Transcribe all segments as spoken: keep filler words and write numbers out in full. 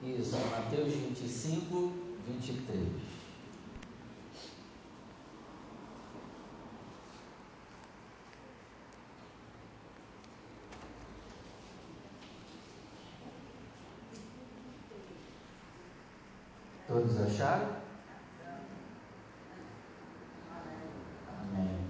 Isso, Mateus vinte e cinco, vinte e três. Todos acharam? Amém.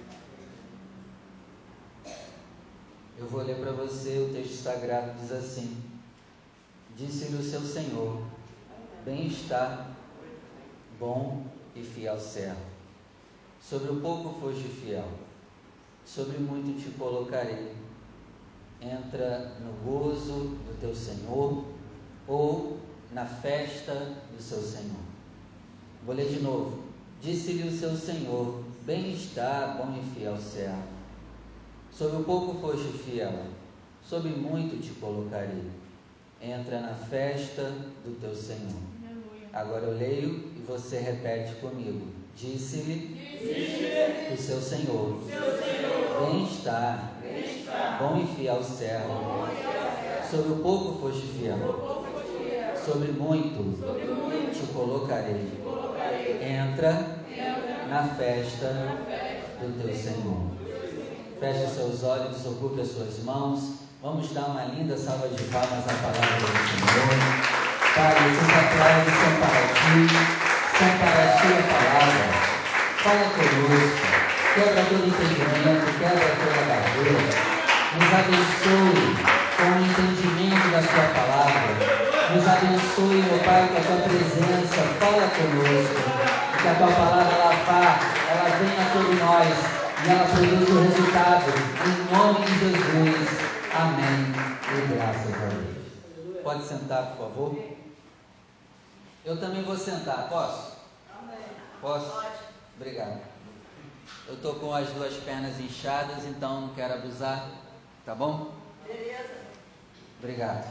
Eu vou ler para você, o texto sagrado diz assim: disse-lhe o seu Senhor, bem-estar, bom e fiel servo. Sobre o pouco foste fiel, sobre muito te colocarei. Entra no gozo do teu Senhor, ou na festa do seu Senhor. Vou ler de novo. Disse-lhe o seu Senhor, bem-estar, bom e fiel servo. Sobre o pouco foste fiel, sobre muito te colocarei. Entra na festa do teu Senhor. Agora eu leio e você repete comigo. Disse-lhe o seu Senhor, bem-estar, bom e fiel servo. Sobre o pouco foste fiel, sobre muito te colocarei. Entra na festa do teu Senhor. Feche seus olhos, ocupe as suas mãos. Vamos dar uma linda salva de palmas à palavra do Senhor. Pai, esses aplausos são para ti, são para a tua palavra. Fala conosco, quebra todo entendimento, quebra toda barreira. Nos abençoe com o entendimento da tua palavra. Nos abençoe, meu Pai, com a tua presença. Fala conosco, que a tua palavra ela vá, ela venha sobre nós e ela produz o resultado, em nome de Jesus. Amém. E graças a Deus. Pode sentar, por favor. Eu também vou sentar, posso? Posso? Obrigado. Eu estou com as duas pernas inchadas, então não quero abusar, tá bom? Beleza. Obrigado.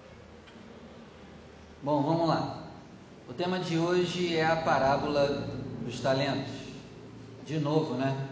Bom, vamos lá. O tema de hoje é a parábola dos talentos. De novo, né?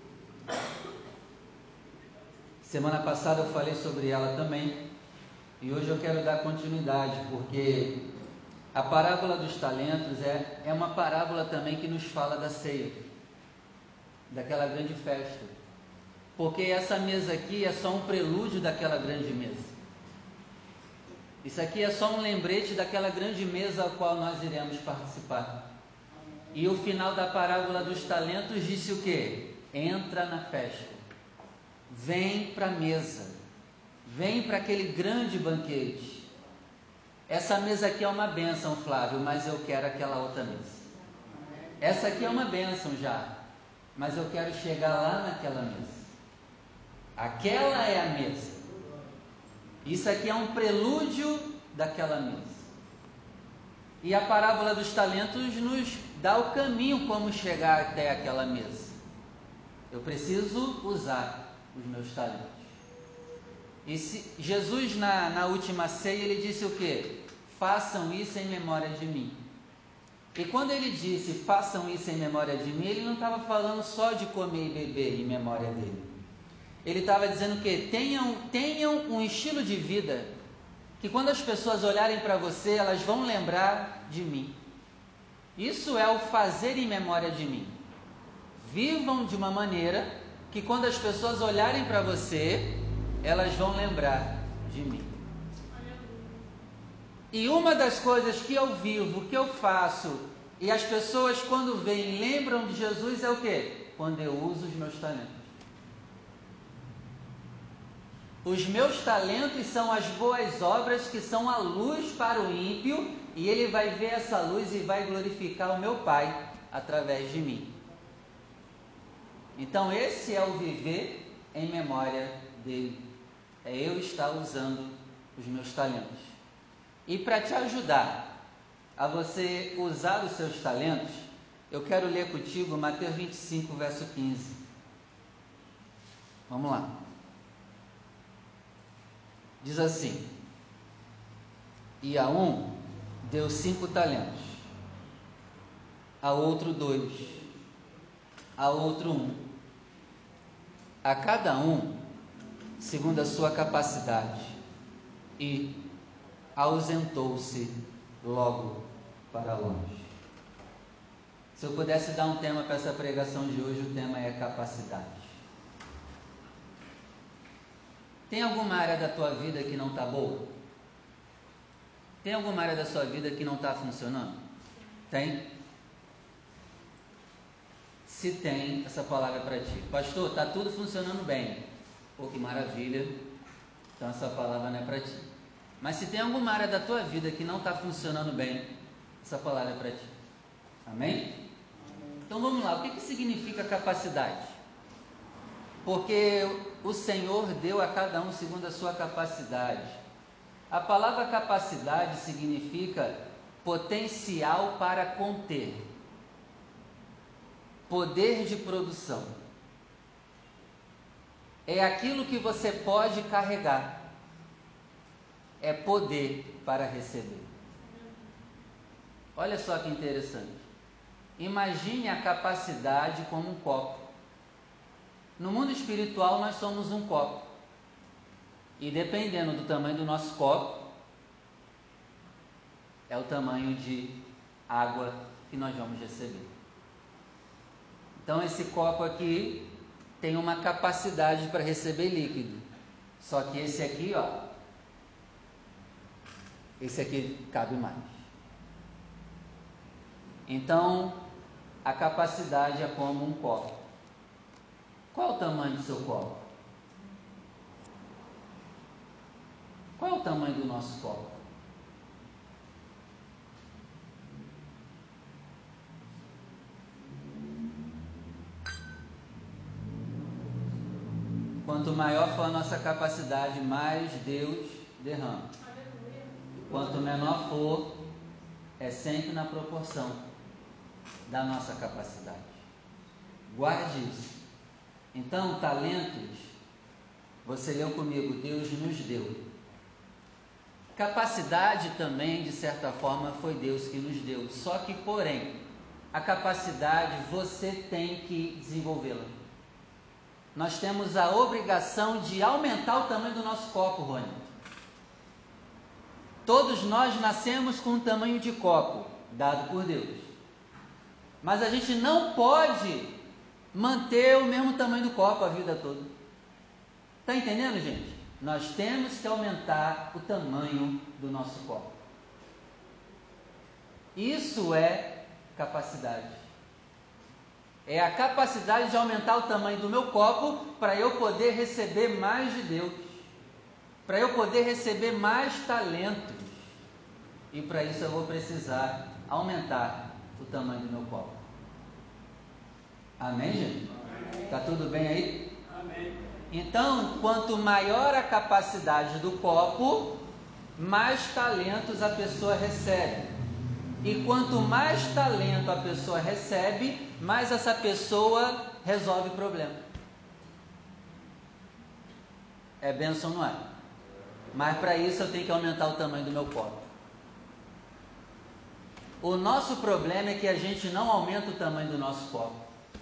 Semana passada eu falei sobre ela também, e hoje eu quero dar continuidade, porque a parábola dos talentos é, é uma parábola também que nos fala da ceia, daquela grande festa, porque essa mesa aqui é só um prelúdio daquela grande mesa. Isso aqui é só um lembrete daquela grande mesa a qual nós iremos participar. E o final da parábola dos talentos disse o quê? Entra na festa. Vem para a mesa, vem para aquele grande banquete. Essa mesa aqui é uma bênção, Flávio, mas eu quero aquela outra mesa. Essa aqui é uma bênção já, mas eu quero chegar lá naquela mesa. Aquela é a mesa. Isso aqui é um prelúdio daquela mesa. E a parábola dos talentos nos dá o caminho como chegar até aquela mesa. Eu preciso usar os meus talentos. E se, Jesus na, na última ceia ele disse o quê? Façam isso em memória de mim. E quando ele disse façam isso em memória de mim, ele não estava falando só de comer e beber em memória dele. Ele estava dizendo que tenham, tenham um estilo de vida que quando as pessoas olharem para você, elas vão lembrar de mim. Isso é o fazer em memória de mim. Vivam de uma maneira que quando as pessoas olharem para você, elas vão lembrar de mim. E uma das coisas que eu vivo, que eu faço, e as pessoas quando veem lembram de Jesus é o quê? Quando eu uso os meus talentos. Os meus talentos são as boas obras que são a luz para o ímpio, e ele vai ver essa luz e vai glorificar o meu Pai através de mim. Então esse é o viver em memória dele. É eu estar usando os meus talentos. E para te ajudar a você usar os seus talentos, eu quero ler contigo Mateus vinte e cinco, verso quinze. Vamos lá. Diz assim: e a um deu cinco talentos, a outro dois, a outro um, a cada um segundo a sua capacidade, e ausentou-se logo para longe. Se eu pudesse dar um tema para essa pregação de hoje, o tema é capacidade. Tem alguma área da tua vida que não está boa? Tem alguma área da sua vida que não está funcionando? Tem? Se tem, essa palavra é para ti. Pastor, está tudo funcionando bem. Pô, que maravilha. Então essa palavra não é para ti. Mas se tem alguma área da tua vida que não está funcionando bem, essa palavra é para ti. Amém? Então vamos lá, o que, que significa capacidade? Porque o Senhor deu a cada um segundo a sua capacidade. A palavra capacidade significa potencial para conter, poder de produção. É aquilo que você pode carregar, é poder para receber. Olha só que interessante. Imagine a capacidade como um copo. No mundo espiritual nós somos um copo. E dependendo do tamanho do nosso copo, é o tamanho de água que nós vamos receber. Então esse copo aqui tem uma capacidade para receber líquido. Só que esse aqui, ó, esse aqui cabe mais. Então, a capacidade é como um copo. Qual é o tamanho do seu copo? Qual é o tamanho do nosso copo? Quanto maior for a nossa capacidade, mais Deus derrama. Quanto menor for, é sempre na proporção da nossa capacidade. Guarde isso. Então, talentos, você leu comigo, Deus nos deu. Capacidade também, de certa forma, foi Deus que nos deu. Só que, porém, a capacidade você tem que desenvolvê-la. Nós temos a obrigação de aumentar o tamanho do nosso copo, Rony. Todos nós nascemos com um tamanho de copo, dado por Deus. Mas a gente não pode manter o mesmo tamanho do copo a vida toda. Está entendendo, gente? Nós temos que aumentar o tamanho do nosso copo. Isso é capacidade. É a capacidade de aumentar o tamanho do meu copo para eu poder receber mais de Deus. Para eu poder receber mais talentos. E para isso eu vou precisar aumentar o tamanho do meu copo. Amém, gente? Está tudo bem aí? Amém. Então, quanto maior a capacidade do copo, mais talentos a pessoa recebe. E quanto mais talento a pessoa recebe, mais essa pessoa resolve o problema. É bênção, não é? Mas para isso eu tenho que aumentar o tamanho do meu copo. O nosso problema é que a gente não aumenta o tamanho do nosso copo.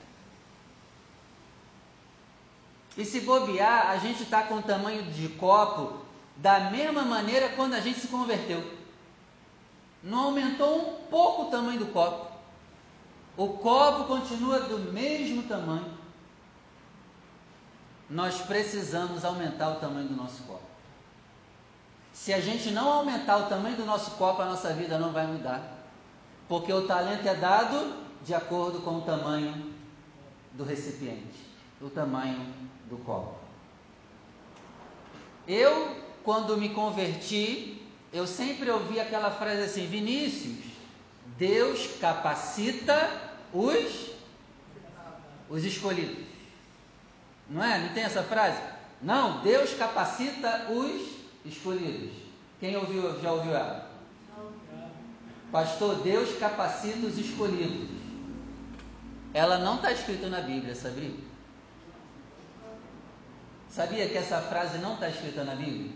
E se bobear, a gente está com o tamanho de copo da mesma maneira quando a gente se converteu. Não aumentou um pouco o tamanho do copo. O copo continua do mesmo tamanho. Nós precisamos aumentar o tamanho do nosso copo. Se a gente não aumentar o tamanho do nosso copo, a nossa vida não vai mudar. Porque o talento é dado de acordo com o tamanho do recipiente, o tamanho do copo. Eu, quando me converti, eu sempre ouvi aquela frase assim: Vinícius, Deus capacita os, os escolhidos. Não é? Não tem essa frase? Não, Deus capacita os escolhidos. Quem ouviu, já ouviu ela? Pastor, Deus capacita os escolhidos. Ela não está escrita na Bíblia, sabia? Sabia que essa frase não está escrita na Bíblia?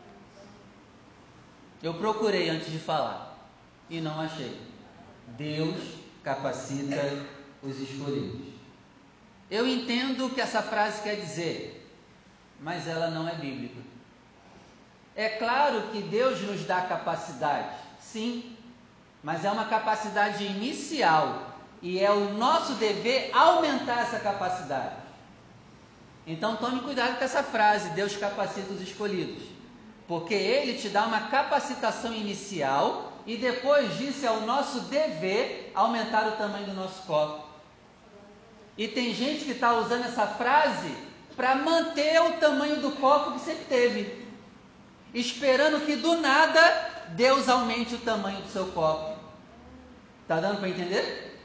Eu procurei antes de falar e não achei. Deus capacita os escolhidos. Eu entendo o que essa frase quer dizer, mas ela não é bíblica. É claro que Deus nos dá capacidade, sim, mas é uma capacidade inicial e é o nosso dever aumentar essa capacidade. Então tome cuidado com essa frase, Deus capacita os escolhidos, porque Ele te dá uma capacitação inicial e depois disso é o nosso dever aumentar o tamanho do nosso copo. E tem gente que está usando essa frase para manter o tamanho do copo que sempre teve, esperando que do nada Deus aumente o tamanho do seu copo. Está dando para entender?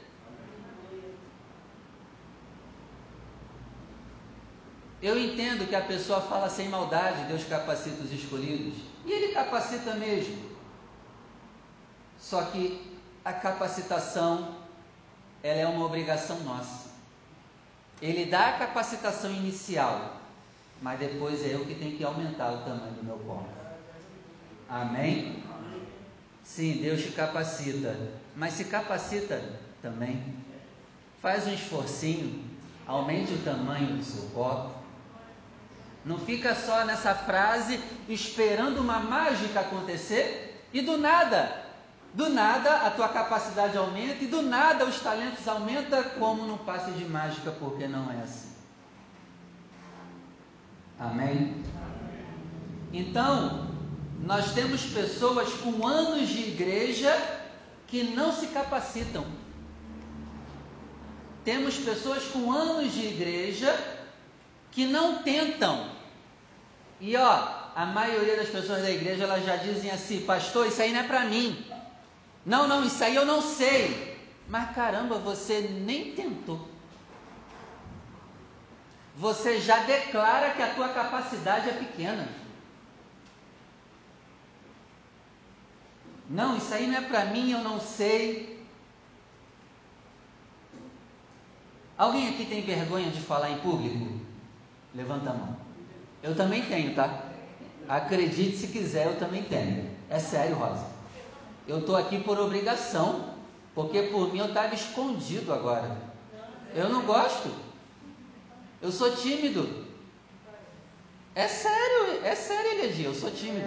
Eu entendo que a pessoa fala sem maldade, Deus capacita os escolhidos, e Ele capacita mesmo. Só que a capacitação, ela é uma obrigação nossa. Ele dá a capacitação inicial, mas depois é eu que tenho que aumentar o tamanho do meu copo. Amém? Sim, Deus te capacita, mas se capacita também. Faz um esforcinho, aumente o tamanho do seu copo. Não fica só nessa frase esperando uma mágica acontecer e do nada, do nada a tua capacidade aumenta e do nada os talentos aumentam como num passe de mágica, porque não é assim. Amém? Então, nós temos pessoas com anos de igreja que não se capacitam. Temos pessoas com anos de igreja que não tentam. E ó, a maioria das pessoas da igreja, elas já dizem assim: pastor, isso aí não é para mim. Não, não, isso aí eu não sei. Mas caramba, você nem tentou. Você já declara que a tua capacidade é pequena. Não, isso aí não é para mim, eu não sei. Alguém aqui tem vergonha de falar em público? Levanta a mão. Eu também tenho, tá? Acredite se quiser, eu também tenho. É sério, Rosa. Eu estou aqui por obrigação, porque por mim eu estava escondido agora. Eu não gosto. Eu sou tímido. É sério, é sério, Eliadir, eu sou tímido.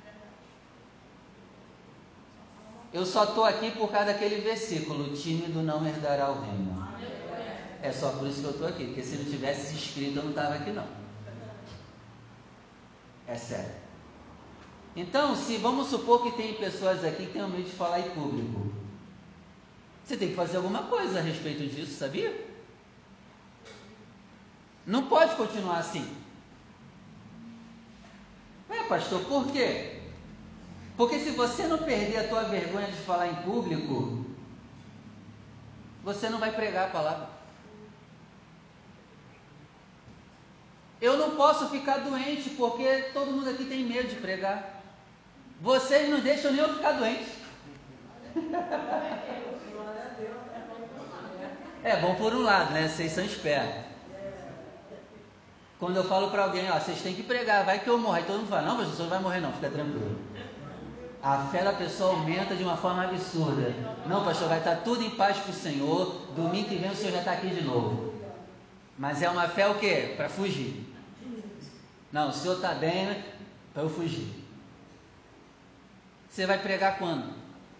Eu só estou aqui por causa daquele versículo: tímido não herdará o reino. É só por isso que eu estou aqui, porque se não tivesse escrito eu não estava aqui não. É sério. Então, se vamos supor que tem pessoas aqui que têm medo de falar em público, você tem que fazer alguma coisa a respeito disso, sabia? Não pode continuar assim. Ué, pastor, por quê? Porque se você não perder a tua vergonha de falar em público, você não vai pregar a palavra. Eu não posso ficar doente porque todo mundo aqui tem medo de pregar. Vocês não deixam nem eu ficar doente. É bom por um lado, né? Vocês são espertos. Quando eu falo para alguém, ó, vocês têm que pregar, vai que eu morro. Aí todo mundo fala: não, mas você não vai morrer não, fica tranquilo. A fé da pessoa aumenta de uma forma absurda. Não, pastor, vai estar tudo em paz com o Senhor. Domingo que vem o Senhor já está aqui de novo. Mas é uma fé o quê? Para fugir. Não, o Senhor está bem, né? Para eu fugir. Você vai pregar quando?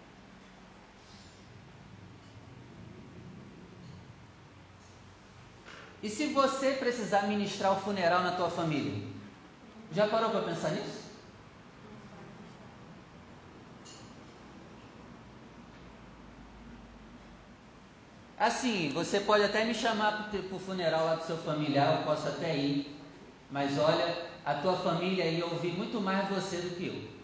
E se você precisar ministrar o funeral na tua família? Já parou para pensar nisso? Assim, você pode até me chamar para o funeral lá do seu familiar, eu posso até ir. Mas olha, a tua família ia ouvir muito mais você do que eu.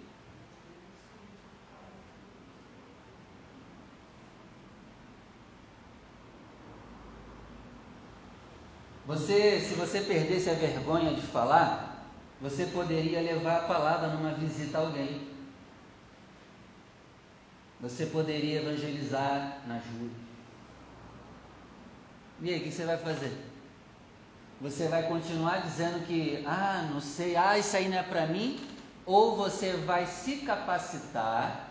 Você, se você perdesse a vergonha de falar, você poderia levar a palavra numa visita a alguém. Você poderia evangelizar nas ruas. E aí, o que você vai fazer? Você vai continuar dizendo que, ah, não sei, ah, isso aí não é para mim? Ou você vai se capacitar?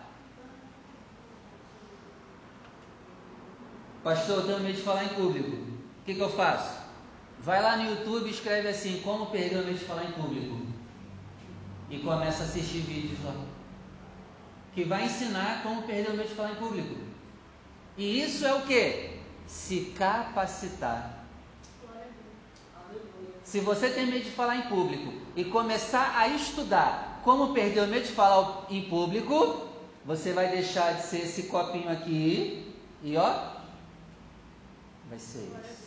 Pastor, eu tenho medo de falar em público. O que, que eu faço? Vai lá no YouTube e escreve assim: como perder o medo de falar em público. e começa a assistir vídeos lá, que vai ensinar como perder o medo de falar em público. E isso é o que? Se capacitar. Se você tem medo de falar em público e começar a estudar como perder o medo de falar em público, você vai deixar de ser esse copinho aqui e ó, vai ser isso.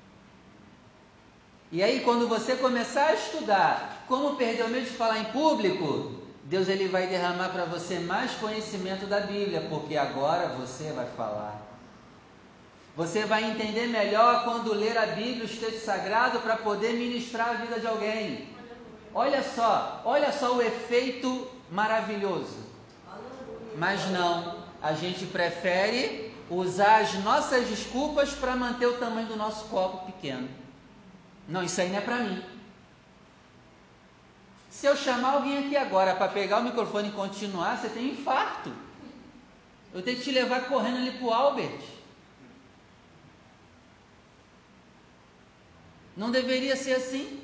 E aí quando você começar a estudar como perder o medo de falar em público, Deus ele vai derramar para você mais conhecimento da Bíblia, porque agora você vai falar. Você vai entender melhor quando ler a Bíblia, os textos sagrados, para poder ministrar a vida de alguém. Olha só, olha só o efeito maravilhoso. Mas não, a gente prefere usar as nossas desculpas para manter o tamanho do nosso copo pequeno. Não, isso aí não é para mim. Se eu chamar alguém aqui agora para pegar o microfone e continuar, você tem infarto. Eu tenho que te levar correndo ali para o Albert. Não deveria ser assim.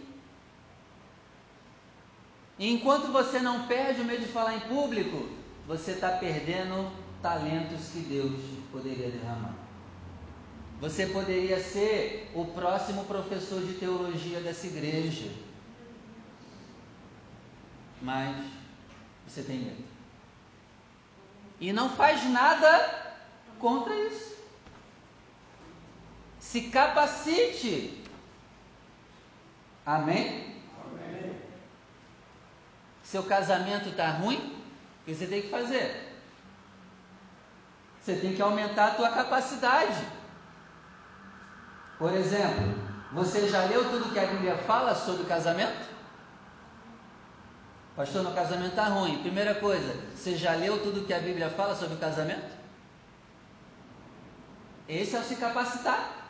E enquanto você não perde o medo de falar em público, você está perdendo talentos que Deus poderia derramar. Você poderia ser o próximo professor de teologia dessa igreja. Mas você tem medo. E não faz nada contra isso. Se capacite. Amém? Amém. Seu casamento está ruim? O que você tem que fazer? Você tem que aumentar a tua capacidade. Por exemplo, você já leu tudo que a Bíblia fala sobre casamento? Pastor, meu casamento está ruim. Primeira coisa, você já leu tudo que a Bíblia fala sobre o casamento? Esse é o se capacitar.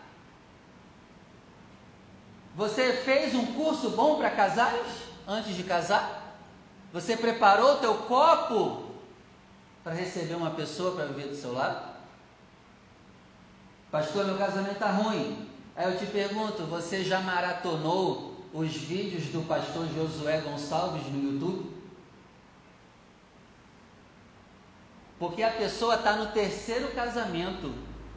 Você fez um curso bom para casais antes de casar? Você preparou o teu copo para receber uma pessoa para viver do seu lado? Pastor, meu casamento está ruim. Aí eu te pergunto, você já maratonou os vídeos do pastor Josué Gonçalves no YouTube? Porque a pessoa está no terceiro casamento.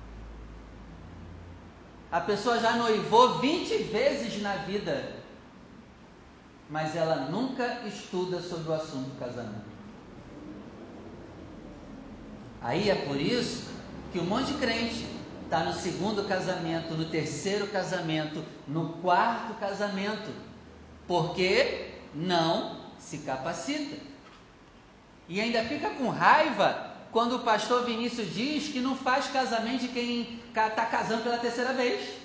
A pessoa já noivou vinte vezes na vida, mas ela nunca estuda sobre o assunto casamento. Aí é por isso que um monte de crente está no segundo casamento, no terceiro casamento, no quarto casamento, porque não se capacita. E ainda fica com raiva quando o pastor Vinícius diz que não faz casamento de quem está casando pela terceira vez.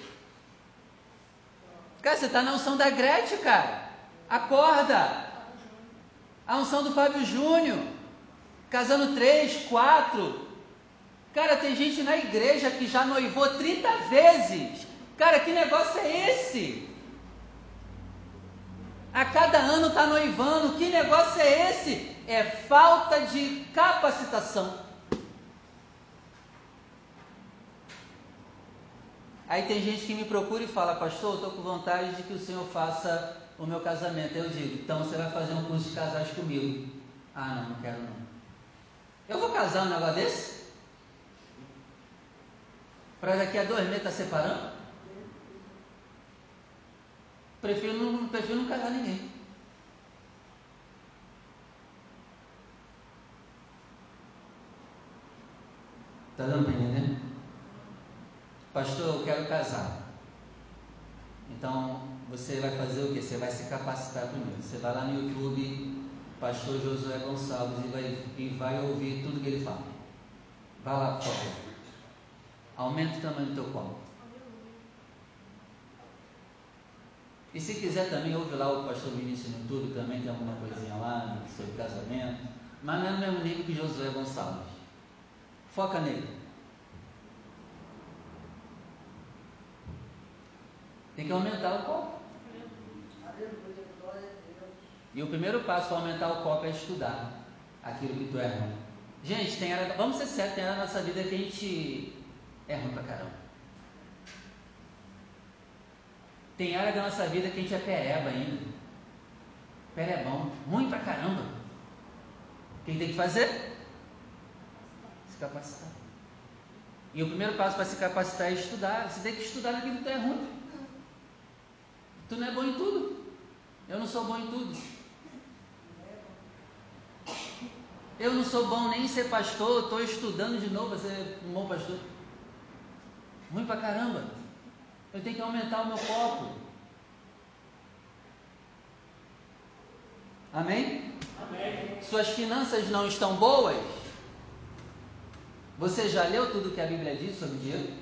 Cara, você está na unção da Gretchen, cara. Acorda. A unção do Fábio Júnior. Casando três, quatro. Cara, tem gente na igreja que já noivou trinta vezes. Cara, que negócio é esse? A cada ano está noivando. Que negócio é esse? É falta de capacitação. Aí tem gente que me procura e fala, pastor, eu estou com vontade de que o senhor faça o meu casamento. Eu digo, então você vai fazer um curso de casais comigo. Ah, não, não quero não. Eu vou casar um negócio desse? Para daqui a dois meses estar tá separando? Prefiro não, prefiro não casar ninguém. Está dando para entender? Pastor, eu quero casar. Então, você vai fazer o quê? Você vai se capacitar primeiro. Você vai lá no YouTube, pastor Josué Gonçalves, e vai, e vai ouvir tudo que ele fala. Vai lá, por favor. Aumenta o tamanho do teu copo. E se quiser também, ouve lá o pastor Vinícius no YouTube, também tem alguma coisinha lá sobre casamento. Mas não é no mesmo nível que Josué Gonçalves. Foca nele. Tem que aumentar o copo. E o primeiro passo para aumentar o copo é estudar aquilo que tu é ruim. Gente, tem área, vamos ser sérios, tem área na nossa vida que a gente é ruim pra caramba. Tem área da nossa vida que a gente é pereba ainda. Perebão, ruim pra caramba. O que tem que fazer? Se capacitar. E o primeiro passo para se capacitar é estudar. Você tem que estudar naquilo que tu é ruim. Tu não é bom em tudo. Eu não sou bom em tudo. Eu não sou bom nem em ser pastor. Estou estudando de novo para ser um bom pastor. Ruim pra caramba. Eu tenho que aumentar o meu copo. Amém? Amém. Suas finanças não estão boas? Você já leu tudo que a Bíblia diz sobre dinheiro?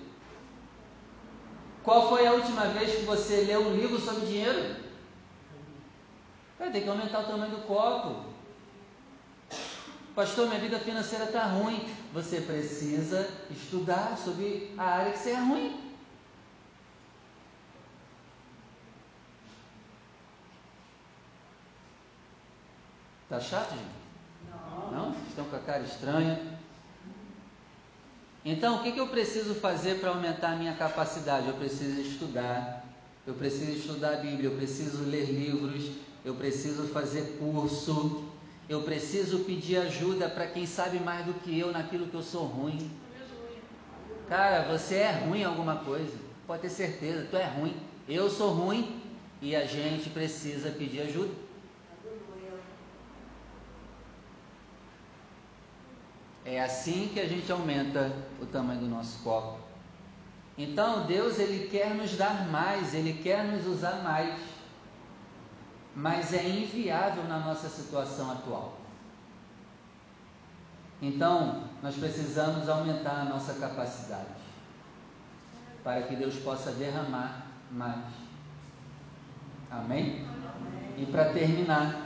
Qual foi a última vez que você leu um livro sobre dinheiro? Vai ter que aumentar o tamanho do copo. Pastor, minha vida financeira está ruim. Você precisa estudar sobre a área que você é ruim. Tá chato, gente? Não. Não? Estão com a cara estranha? Então, o que, que eu preciso fazer para aumentar a minha capacidade? Eu preciso estudar. Eu preciso estudar a Bíblia. Eu preciso ler livros. Eu preciso fazer curso. Eu preciso pedir ajuda para quem sabe mais do que eu naquilo que eu sou ruim. Cara, você é ruim em alguma coisa. Pode ter certeza, tu é ruim. Eu sou ruim e a gente precisa pedir ajuda. É assim que a gente aumenta o tamanho do nosso copo. Então Deus, Ele quer nos dar mais, Ele quer nos usar mais, mas é inviável na nossa situação atual. Então nós precisamos aumentar a nossa capacidade, para que Deus possa derramar mais. Amém? Amém. E para terminar,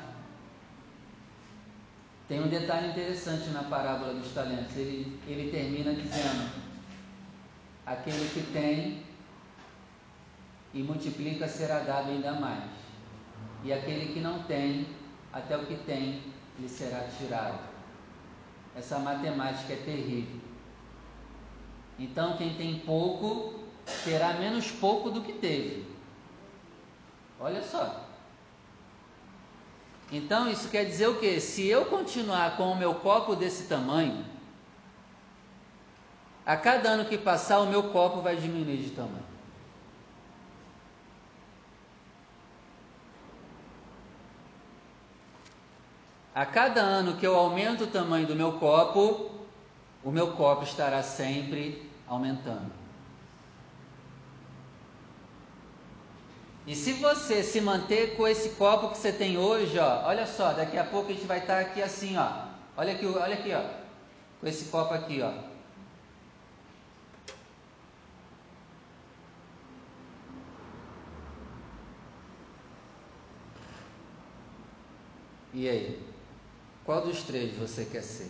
tem um detalhe interessante na parábola dos talentos. Ele, ele termina dizendo: aquele que tem e multiplica será dado ainda mais, e aquele que não tem, até o que tem lhe será tirado. Essa matemática é terrível. Então quem tem pouco terá menos pouco do que teve. Olha só. Então isso quer dizer o quê? Se eu continuar com o meu copo desse tamanho, a cada ano que passar o meu copo vai diminuir de tamanho. A cada ano que eu aumento o tamanho do meu copo, o meu copo estará sempre aumentando. E se você se manter com esse copo que você tem hoje, ó, olha só, daqui a pouco a gente vai estar aqui assim, ó. Olha aqui, olha aqui, ó. Com esse copo aqui, ó. E aí? Qual dos três você quer ser?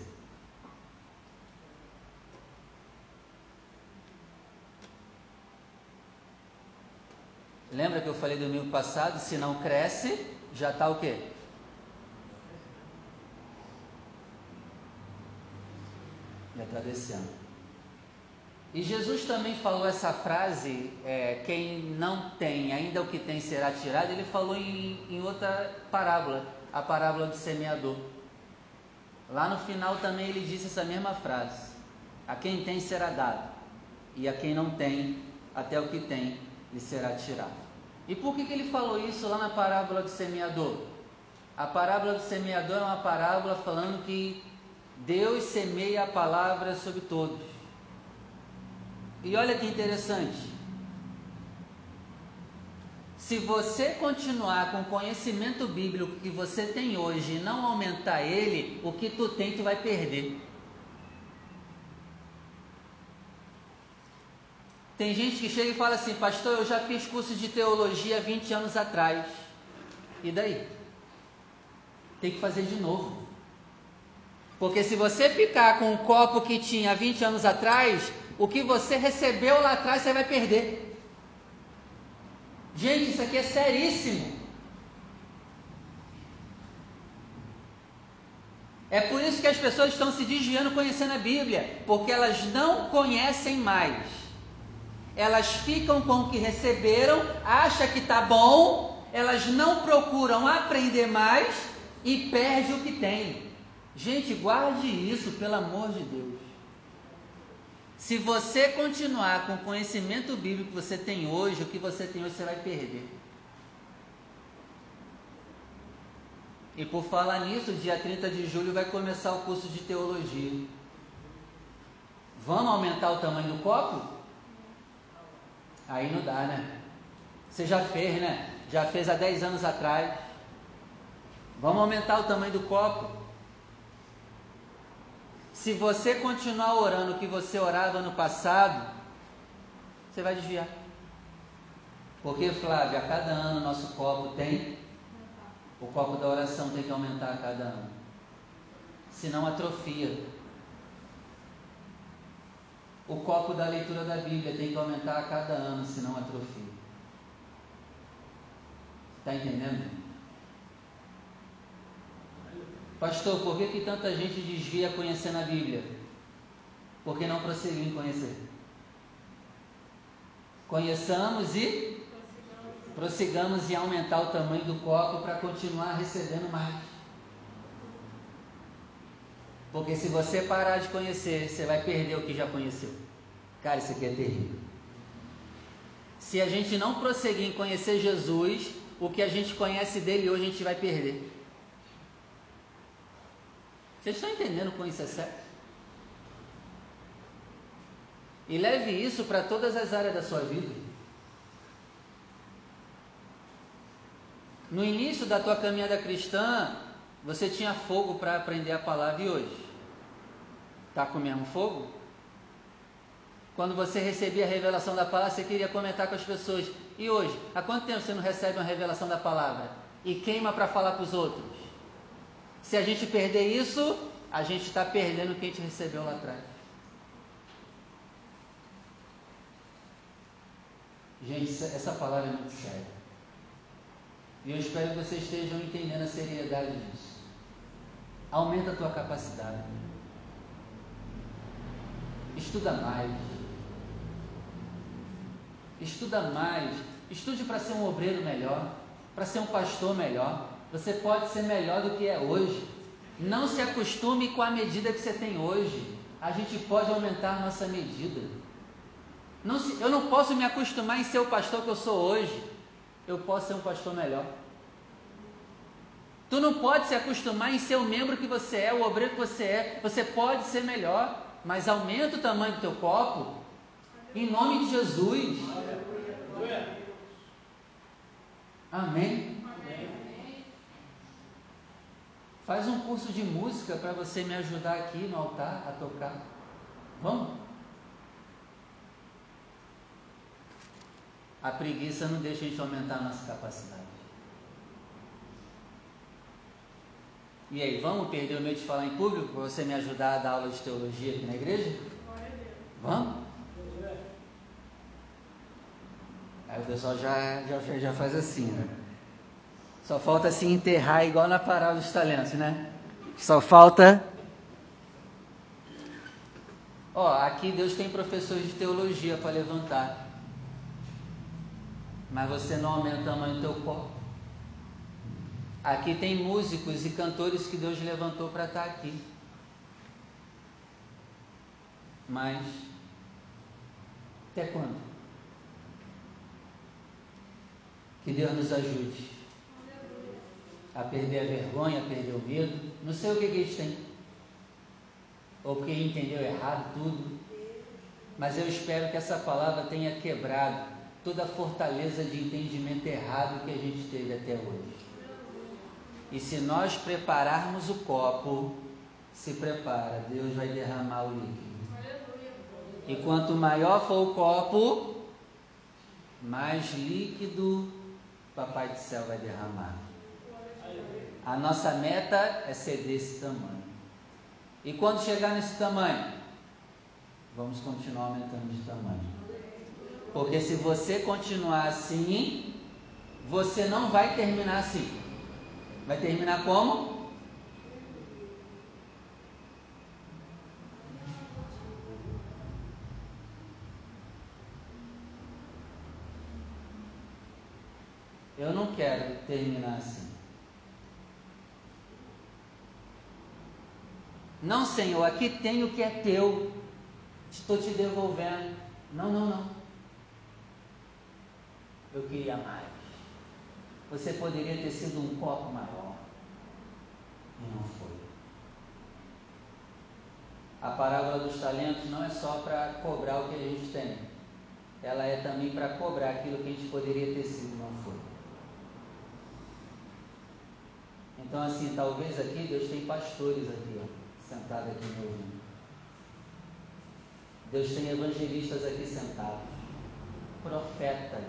Lembra que eu falei do domingo passado? Se não cresce, já está o quê? Já está descendo. E Jesus também falou essa frase, é, quem não tem, ainda o que tem será tirado. Ele falou em, em outra parábola, a parábola do semeador. Lá no final também ele disse essa mesma frase: a quem tem será dado, e a quem não tem, até o que tem lhe será tirado. E por que, que ele falou isso lá na parábola do semeador? A parábola do semeador é uma parábola falando que Deus semeia a palavra sobre todos. E olha que interessante, se você continuar com o conhecimento bíblico que você tem hoje e não aumentar ele, o que tu tem tu vai perder. Tem gente que chega e fala assim: pastor, eu já fiz curso de teologia vinte anos atrás. E daí? Tem que fazer de novo. Porque se você ficar com o copo que tinha vinte anos atrás, o que você recebeu lá atrás você vai perder. Gente, isso aqui é seríssimo. É por isso que as pessoas estão se desviando conhecendo a Bíblia, porque elas não conhecem mais. Elas ficam com o que receberam, acham que está bom, elas não procuram aprender mais e perdem o que tem. Gente, guarde isso, pelo amor de Deus. Se você continuar com o conhecimento bíblico que você tem hoje, o que você tem hoje, você vai perder. E por falar nisso, dia trinta de julho vai começar o curso de teologia. Vamos aumentar o tamanho do copo? Aí não dá, né? Você já fez, né? Já fez há dez anos atrás. Vamos aumentar o tamanho do copo? Se você continuar orando o que você orava no passado, você vai desviar. Porque, Flávio, a cada ano o nosso copo tem, o copo da oração tem que aumentar a cada ano. Senão atrofia. O copo da leitura da Bíblia tem que aumentar a cada ano, senão atrofia. Está entendendo? Pastor, por que, que tanta gente desvia conhecendo a Bíblia? Porque não prosseguiu em conhecer. Conheçamos e prossigamos em aumentar o tamanho do copo para continuar recebendo mais. Porque se você parar de conhecer, você vai perder o que já conheceu. Cara, isso aqui é terrível. Se a gente não prosseguir em conhecer Jesus, o que a gente conhece dele hoje a gente vai perder. Vocês estão entendendo como isso é sério? E leve isso para todas as áreas da sua vida. No início da tua caminhada cristã, você tinha fogo para aprender a palavra, e hoje? Está com o mesmo fogo? Quando você recebia a revelação da palavra, você queria comentar com as pessoas. E hoje? Há quanto tempo você não recebe uma revelação da palavra? E queima para falar para os outros? Se a gente perder isso, a gente está perdendo o que a gente recebeu lá atrás. Gente, essa palavra é muito séria. E eu espero que vocês estejam entendendo a seriedade disso. Aumenta a tua capacidade. Estuda mais. Estuda mais. Estude para ser um obreiro melhor, para ser um pastor melhor. Você pode ser melhor do que é hoje. Não se acostume com a medida que você tem hoje. A gente pode aumentar a nossa medida. Não se, eu não posso me acostumar em ser o pastor que eu sou hoje. Eu posso ser um pastor melhor. Tu não pode se acostumar em ser o membro que você é, o obreiro que você é. Você pode ser melhor, mas aumenta o tamanho do teu copo, em nome de Jesus. Amém? Amém. Faz um curso de música para você me ajudar aqui no altar a tocar. Vamos? A preguiça não deixa a gente aumentar a nossa capacidade. E aí, vamos perder o medo de falar em público para você me ajudar a dar aula de teologia aqui na igreja? Vamos? Aí o pessoal já, já, já faz assim, né? Só falta se enterrar igual na parábola dos talentos, né? Só falta... Ó, aqui Deus tem professores de teologia para levantar. Mas você não aumenta o tamanho do teu copo. Aqui tem músicos e cantores que Deus levantou para estar aqui. Mas, até quando? Que Deus nos ajude a perder a vergonha, a perder o medo. Não sei o que, que eles têm. Ou porque entendeu errado tudo. Mas eu espero que essa palavra tenha quebrado toda a fortaleza de entendimento errado que a gente teve até hoje. E se nós prepararmos o copo, se prepara, Deus vai derramar o líquido. E quanto maior for o copo, mais líquido Papai do Céu vai derramar. A nossa meta é ser desse tamanho. E quando chegar nesse tamanho, vamos continuar aumentando de tamanho. Porque se você continuar assim, você não vai terminar assim. Vai terminar como? Eu não quero terminar assim. Não, Senhor, aqui tem o que é teu, estou te devolvendo. Não, não, não. Eu queria mais. Você poderia ter sido um copo maior. E não foi. A parábola dos talentos não é só para cobrar o que a gente tem. Ela é também para cobrar aquilo que a gente poderia ter sido e não foi. Então, assim, talvez aqui Deus tem pastores aqui, ó, sentados aqui me ouvindo. Deus tem evangelistas aqui sentados, profetas.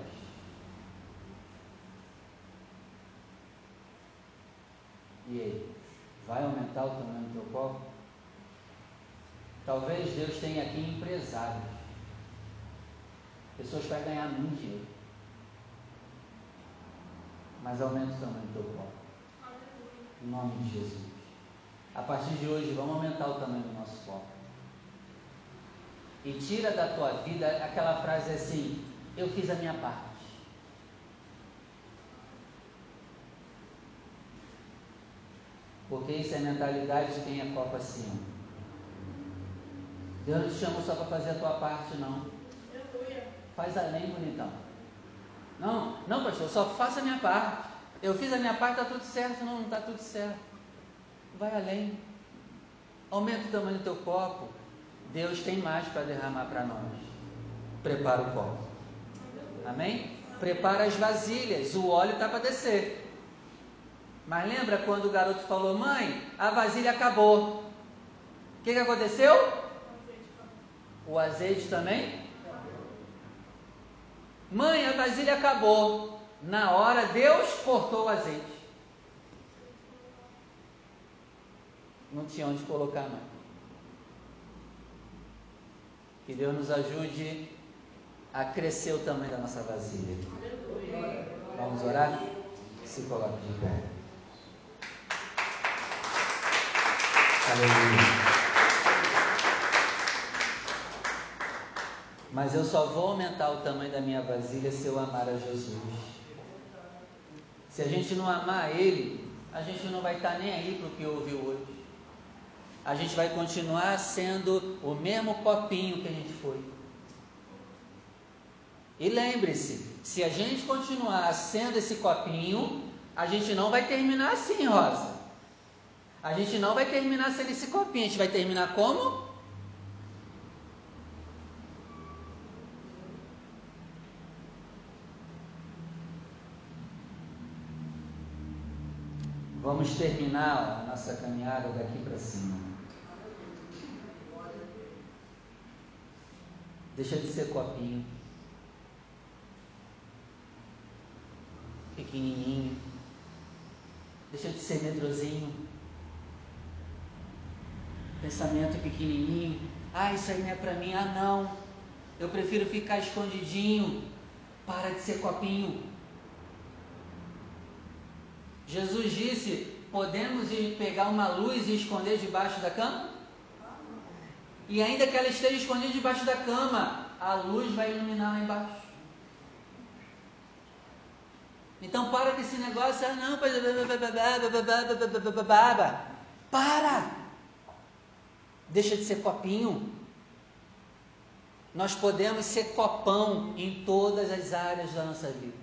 E aí, vai aumentar o tamanho do teu copo? Talvez Deus tenha aqui empresários, pessoas para ganhar muito dinheiro, mas aumenta o tamanho do teu copo. Em nome de Jesus. A partir de hoje, vamos aumentar o tamanho do nosso copo. E tira da tua vida aquela frase assim: eu fiz a minha parte. Porque isso é mentalidade de quem é copo acima. Deus não te chamou só para fazer a tua parte, não. Faz além, bonitão. Não, não, pastor, só faça a minha parte. Eu fiz a minha parte, está tudo certo. Não, não está tudo certo. Vai além. Aumenta o tamanho do teu copo. Deus tem mais para derramar para nós. Prepara o copo. Amém? Prepara as vasilhas. O óleo está para descer. Mas lembra quando o garoto falou: mãe, a vasilha acabou. O que, que aconteceu? O azeite também? Mãe, a vasilha acabou. Na hora, Deus cortou o azeite. Não tinha onde colocar mais. Que Deus nos ajude a crescer o tamanho da nossa vasilha. Vamos orar? Se coloque de pé. Aleluia. Mas eu só vou aumentar o tamanho da minha vasilha se eu amar a Jesus. Se a gente não amar a Ele, a gente não vai estar nem aí para o que ouviu hoje. A gente vai continuar sendo o mesmo copinho que a gente foi. E lembre-se, se a gente continuar sendo esse copinho, a gente não vai terminar assim, Rosa. A gente não vai terminar sendo esse copinho. A gente vai terminar como? Vamos terminar a nossa caminhada daqui para cima. Deixa de ser copinho. Pequenininho. Deixa de ser medrosinho. Pensamento pequenininho. Ah, isso aí não é para mim. Ah, não. Eu prefiro ficar escondidinho. Para de ser copinho. Jesus disse: podemos ir pegar uma luz e esconder debaixo da cama? E ainda que ela esteja escondida debaixo da cama, a luz vai iluminar lá embaixo. Então para com esse negócio. Ah, não, para! Deixa de ser copinho. Nós podemos ser copão em todas as áreas da nossa vida.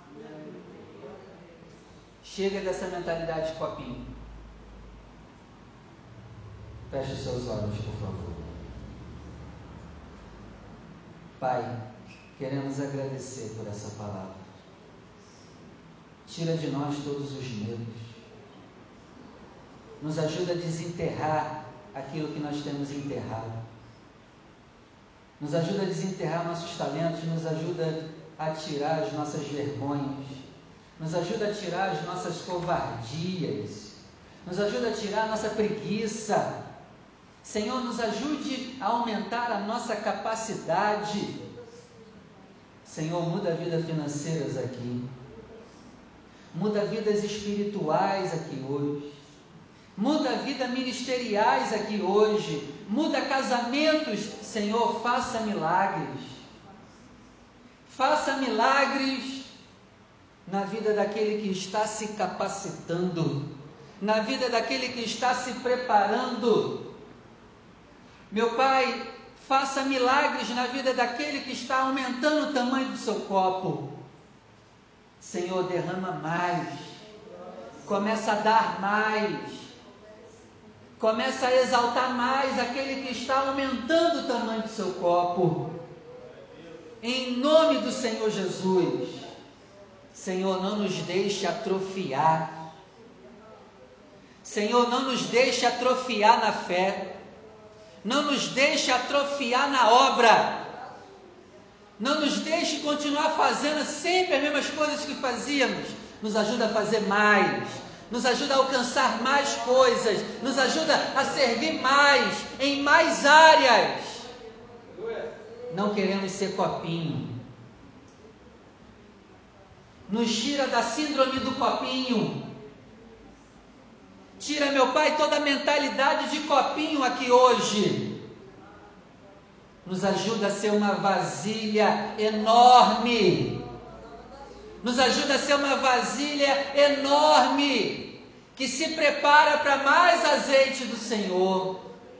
Chega dessa mentalidade de copinho. Feche os seus olhos, por favor. Pai, queremos agradecer por essa palavra. Tira de nós todos os medos. Nos ajuda a desenterrar aquilo que nós temos enterrado. Nos ajuda a desenterrar nossos talentos. Nos ajuda a tirar as nossas vergonhas. Nos ajuda a tirar as nossas covardias. Nos ajuda a tirar a nossa preguiça. Senhor, nos ajude a aumentar a nossa capacidade. Senhor, muda vidas financeiras aqui. Muda vidas espirituais aqui hoje. Muda vidas ministeriais aqui hoje. Muda casamentos. Senhor, faça milagres. Faça milagres na vida daquele que está se capacitando, na vida daquele que está se preparando. Meu Pai, faça milagres na vida daquele que está aumentando o tamanho do seu copo. Senhor, derrama mais. Começa a dar mais. Começa a exaltar mais aquele que está aumentando o tamanho do seu copo. Em nome do Senhor Jesus. Senhor, não nos deixe atrofiar. Senhor, não nos deixe atrofiar na fé. Não nos deixe atrofiar na obra. Não nos deixe continuar fazendo sempre as mesmas coisas que fazíamos. Nos ajuda a fazer mais. Nos ajuda a alcançar mais coisas. Nos ajuda a servir mais, em mais áreas. Não queremos ser copinho. Nos tira da síndrome do copinho. Tira, meu Pai, toda a mentalidade de copinho aqui hoje. Nos ajuda a ser uma vasilha enorme. Nos ajuda a ser uma vasilha enorme, que se prepara para mais azeite do Senhor.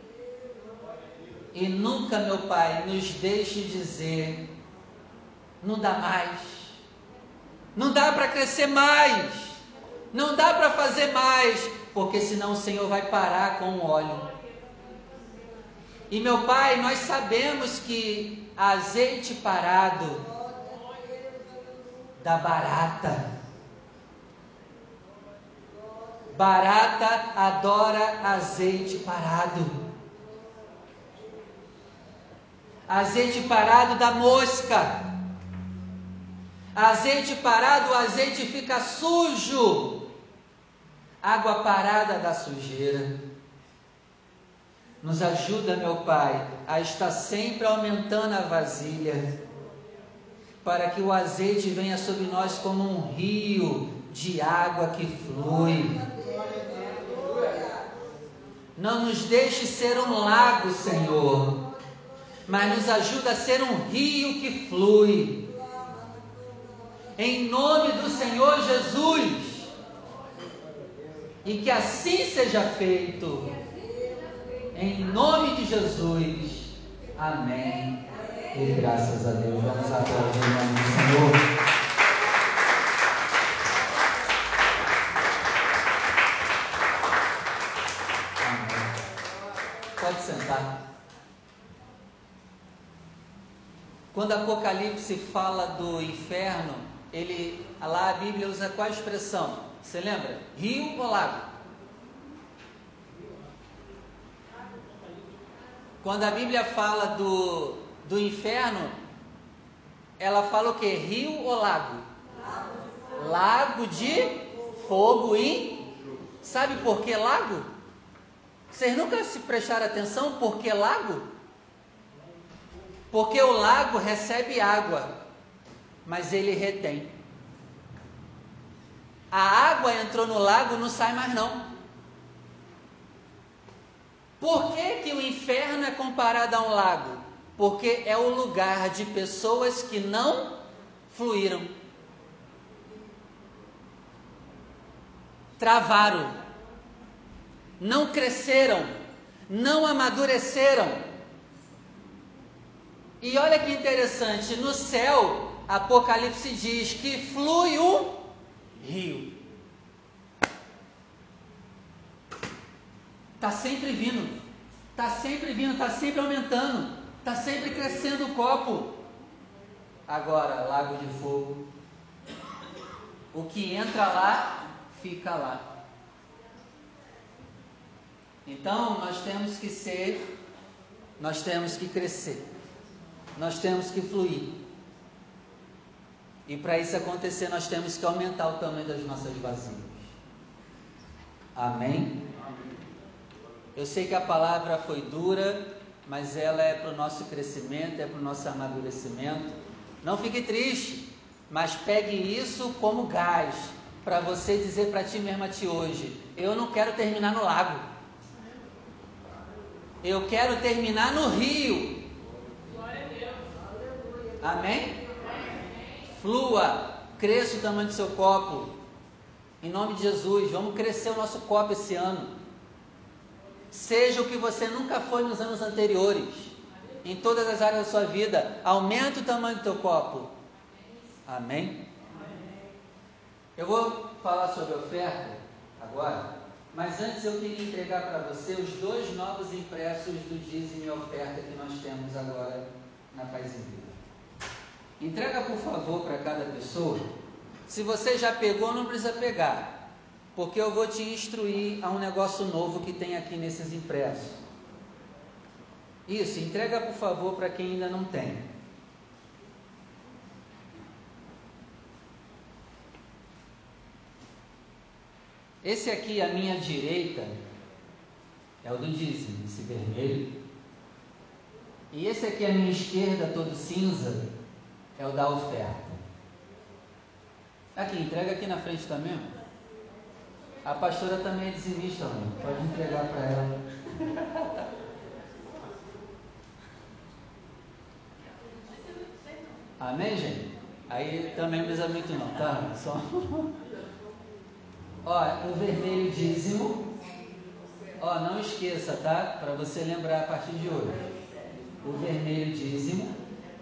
E nunca, meu Pai, nos deixe dizer, não dá mais, não dá para crescer mais, não dá para fazer mais, porque senão o Senhor vai parar com o óleo. E, meu Pai, nós sabemos que azeite parado dá barata. Barata adora azeite parado. Azeite parado dá mosca. Azeite parado, o azeite fica sujo. Água parada dá sujeira. Nos ajuda, meu Pai, a estar sempre aumentando a vasilha, para que o azeite venha sobre nós como um rio de água que flui. Não nos deixe ser um lago, Senhor, mas nos ajuda a ser um rio que flui. Em nome do Senhor Jesus. E que assim seja feito. Em nome de Jesus. Amém. E graças a Deus. Vamos aplaudir o nome do Senhor. Amém. Pode sentar. Quando Apocalipse fala do inferno, ele, lá a Bíblia usa qual expressão? Você lembra? Rio ou lago? Quando a Bíblia fala do, do inferno, ela fala o que? Rio ou lago? Lago, lago de fogo e... Sabe por que lago? Vocês nunca se prestaram atenção por que lago? Porque o lago recebe água, mas ele retém. A água entrou no lago, não sai mais não. Por que que o inferno é comparado a um lago? Porque é o lugar de pessoas que não fluíram. Travaram. Não cresceram. Não amadureceram. E olha que interessante, no céu, Apocalipse diz que flui o rio. Está sempre vindo, está sempre vindo, está sempre aumentando, está sempre crescendo o copo. Agora, lago de fogo, o que entra lá, fica lá. Então, nós temos que ser, nós temos que crescer, nós temos que fluir. E para isso acontecer, nós temos que aumentar o tamanho das nossas vasilhas. Amém? Eu sei que a palavra foi dura, mas ela é para o nosso crescimento, é para o nosso amadurecimento. Não fique triste, mas pegue isso como gás, para você dizer para ti mesma ti hoje, eu não quero terminar no lago, eu quero terminar no rio. Amém? Flua, cresça o tamanho do seu copo, em nome de Jesus. Vamos crescer o nosso copo esse ano. Seja o que você nunca foi nos anos anteriores, em todas as áreas da sua vida. Aumenta o tamanho do teu copo. Amém? Eu vou falar sobre oferta agora, mas antes eu queria entregar para você os dois novos impressos do dízimo e oferta que nós temos agora na Paz e Vida. Entrega, por favor, para cada pessoa. Se você já pegou, não precisa pegar, porque eu vou te instruir a um negócio novo que tem aqui nesses impressos. Isso, entrega, por favor, para quem ainda não tem. Esse aqui à minha direita é o do dízimo, esse vermelho. E esse aqui à minha esquerda, todo cinza, é o da oferta. Aqui, entrega aqui na frente também. A pastora também é dizimista, mano. Pode entregar para ela. Amém, gente? Aí também não precisa muito não, tá? Só... Ó, o vermelho dízimo. Ó, não esqueça, tá? Para você lembrar a partir de hoje. O vermelho dízimo.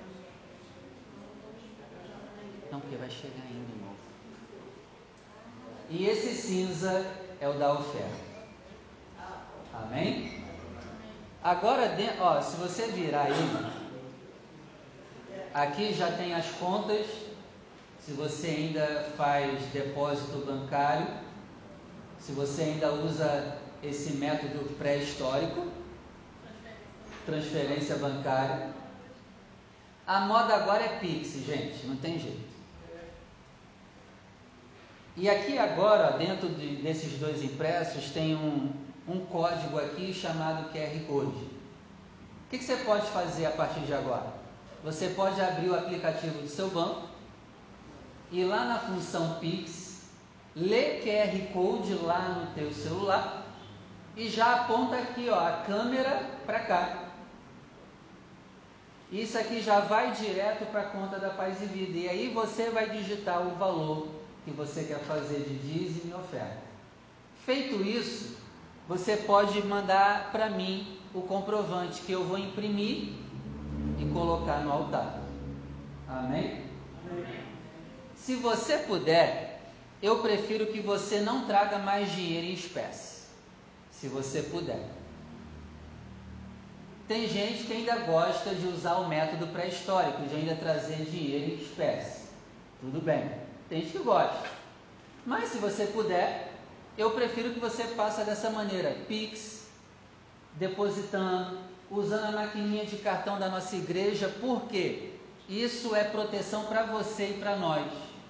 Não, porque vai chegar ainda de novo. E esse cinza é o da oferta. Amém? Agora, ó, se você virar ele, aqui já tem as contas. Se você ainda faz depósito bancário, se você ainda usa esse método pré-histórico, transferência bancária. A moda agora é Pix, gente, não tem jeito. E aqui agora, dentro de, desses dois impressos, tem um, um código aqui chamado Q R Code. O que, que você pode fazer a partir de agora? Você pode abrir o aplicativo do seu banco, e lá na função Pix, lê Q R Code lá no teu celular, e já aponta aqui, ó, a câmera para cá. Isso aqui já vai direto para a conta da Paz e Vida, e aí você vai digitar o valor que você quer fazer de dízimo e oferta. Feito isso, você pode mandar para mim o comprovante que eu vou imprimir e colocar no altar. Amém? Amém. Se você puder, eu prefiro que você não traga mais dinheiro em espécie, se você puder. Tem gente que ainda gosta de usar o método pré-histórico, de ainda trazer dinheiro em espécie. Tudo bem, tem gente que gosta. Mas se você puder, eu prefiro que você faça dessa maneira: Pix, depositando, usando a maquininha de cartão da nossa igreja. Por quê? Isso é proteção para você e para nós.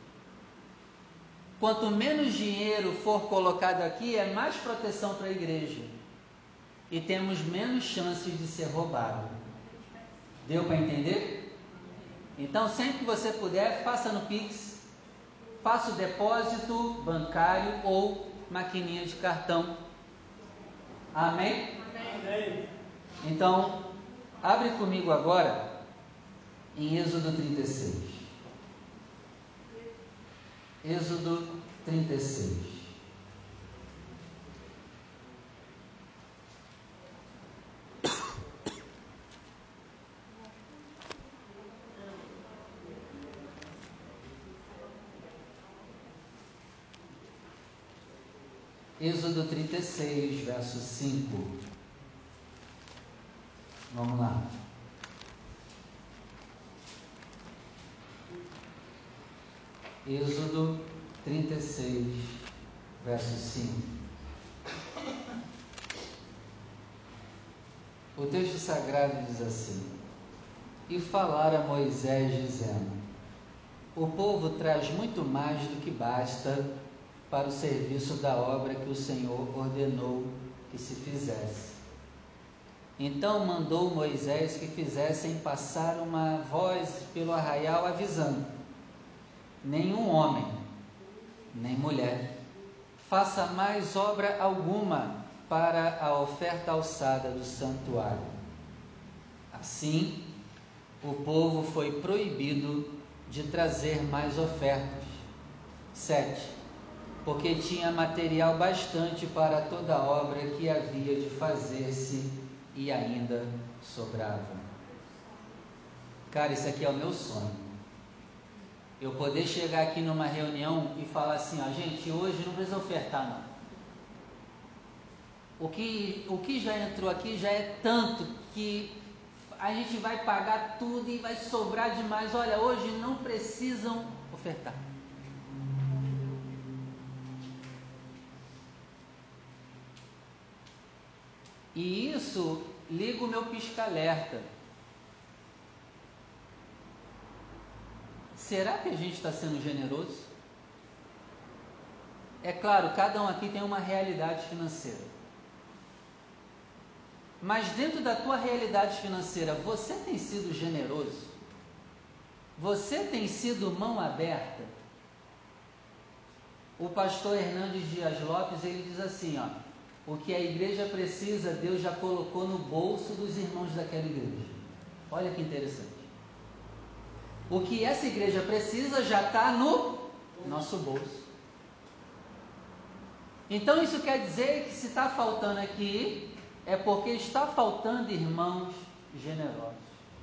Quanto menos dinheiro for colocado aqui, é mais proteção para a igreja. E temos menos chances de ser roubado. Deu para entender? Então, sempre que você puder, faça no Pix, faça o depósito bancário ou maquininha de cartão. Amém? Amém. Então, abre comigo agora em Êxodo trinta e seis. Êxodo trinta e seis. Êxodo trinta e seis, verso cinco. Vamos lá. Êxodo trinta e seis, verso cinco. O texto sagrado diz assim: E falara Moisés dizendo: O povo traz muito mais do que basta para o serviço da obra que o Senhor ordenou que se fizesse. Então mandou Moisés que fizessem passar uma voz pelo arraial avisando: Nenhum homem, nem mulher, faça mais obra alguma para a oferta alçada do santuário. Assim, o povo foi proibido de trazer mais ofertas. sete. porque tinha material bastante para toda a obra que havia de fazer-se e ainda sobrava. Cara, isso aqui é o meu sonho. Eu poder chegar aqui numa reunião e falar assim, ó, gente, hoje não precisa ofertar não. O que, o que já entrou aqui já é tanto que a gente vai pagar tudo e vai sobrar demais. Olha, hoje não precisam ofertar. E isso liga o meu pisca-alerta. Será que a gente está sendo generoso? É claro, cada um aqui tem uma realidade financeira. Mas dentro da tua realidade financeira, você tem sido generoso? Você tem sido mão aberta? O pastor Hernandes Dias Lopes, ele diz assim, ó, o que a igreja precisa, Deus já colocou no bolso dos irmãos daquela igreja. Olha que interessante. O que essa igreja precisa já está no nosso bolso. Então isso quer dizer que se está faltando aqui, é porque está faltando irmãos generosos.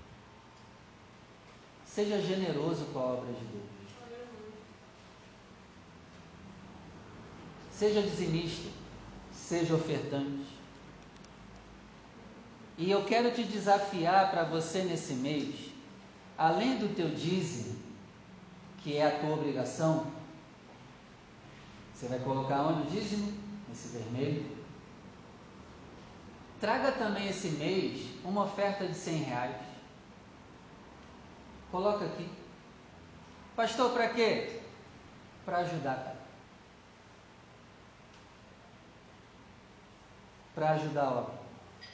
Seja generoso com a obra de Deus. Seja dizimista, seja ofertante. E eu quero te desafiar para você nesse mês, além do teu dízimo, que é a tua obrigação, você vai colocar onde o dízimo? Nesse vermelho. Traga também esse mês uma oferta de cem reais. Coloca aqui. Pastor, para quê? Para ajudar, cara. Para ajudar a obra.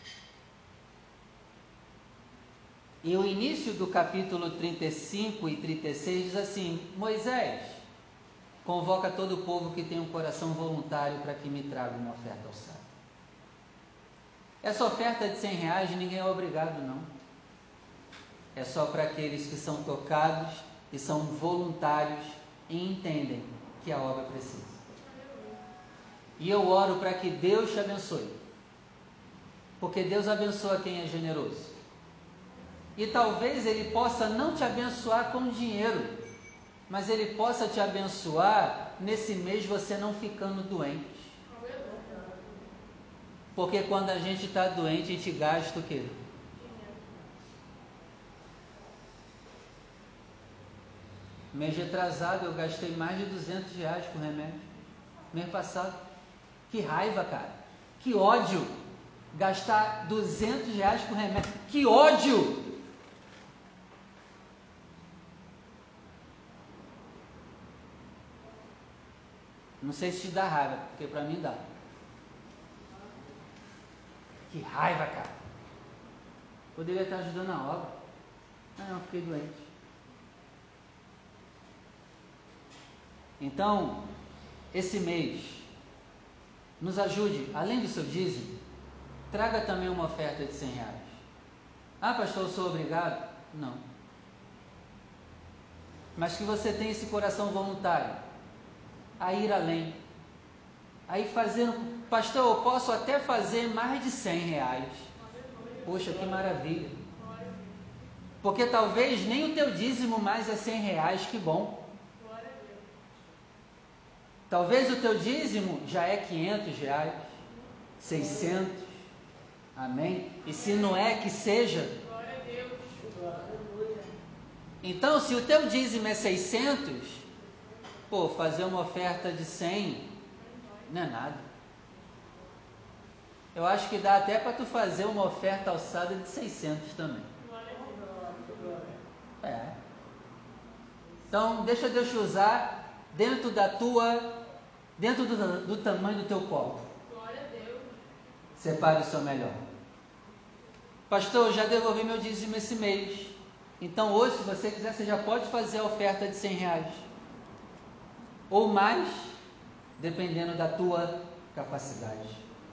E o início do capítulo trinta e cinco e trinta e seis diz assim, Moisés, convoca todo o povo que tem um coração voluntário para que me traga uma oferta ao sábado. Essa oferta de cem reais ninguém é obrigado não. É só para aqueles que são tocados e são voluntários e entendem que a obra precisa. E eu oro para que Deus te abençoe. Porque Deus abençoa quem é generoso. E talvez Ele possa não te abençoar com dinheiro, mas Ele possa te abençoar nesse mês você não ficando doente. Porque quando a gente está doente, a gente gasta o quê? Mês retrasado eu gastei mais de duzentos reais com remédio. Mês passado. Que raiva, cara. Que ódio. Gastar duzentos reais com remédio. Que ódio. Não sei se te dá raiva, porque para mim dá. Que raiva, cara. Poderia estar ajudando a obra. Ah, não, fiquei doente. Então, esse mês, nos ajude, além do seu dízimo, traga também uma oferta de cem reais. Ah, pastor, eu sou obrigado? Não. Mas que você tenha esse coração voluntário, a ir além. Aí fazendo, pastor, eu posso até fazer mais de cem reais. Poxa, que maravilha. Porque talvez nem o teu dízimo mais é cem reais, que bom. Talvez o teu dízimo já é quinhentos reais, seiscentos, amém? E se não é, que seja. Então, se o teu dízimo é seiscentos, pô, fazer uma oferta de cem não é nada. Eu acho que dá até para tu fazer uma oferta alçada de seiscentos também. É. Então, deixa Deus te usar dentro da tua, dentro do, do tamanho do teu copo. Separe o seu melhor. Pastor, eu já devolvi meu dízimo esse mês. Então hoje, se você quiser, você já pode fazer a oferta de cem reais. Ou mais, dependendo da tua capacidade.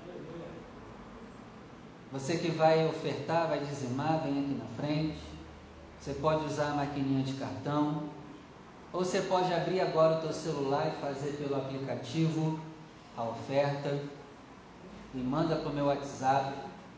Você que vai ofertar, vai dizimar, vem aqui na frente. Você pode usar a maquininha de cartão. Ou você pode abrir agora o teu celular e fazer pelo aplicativo a oferta. Me manda para o meu WhatsApp.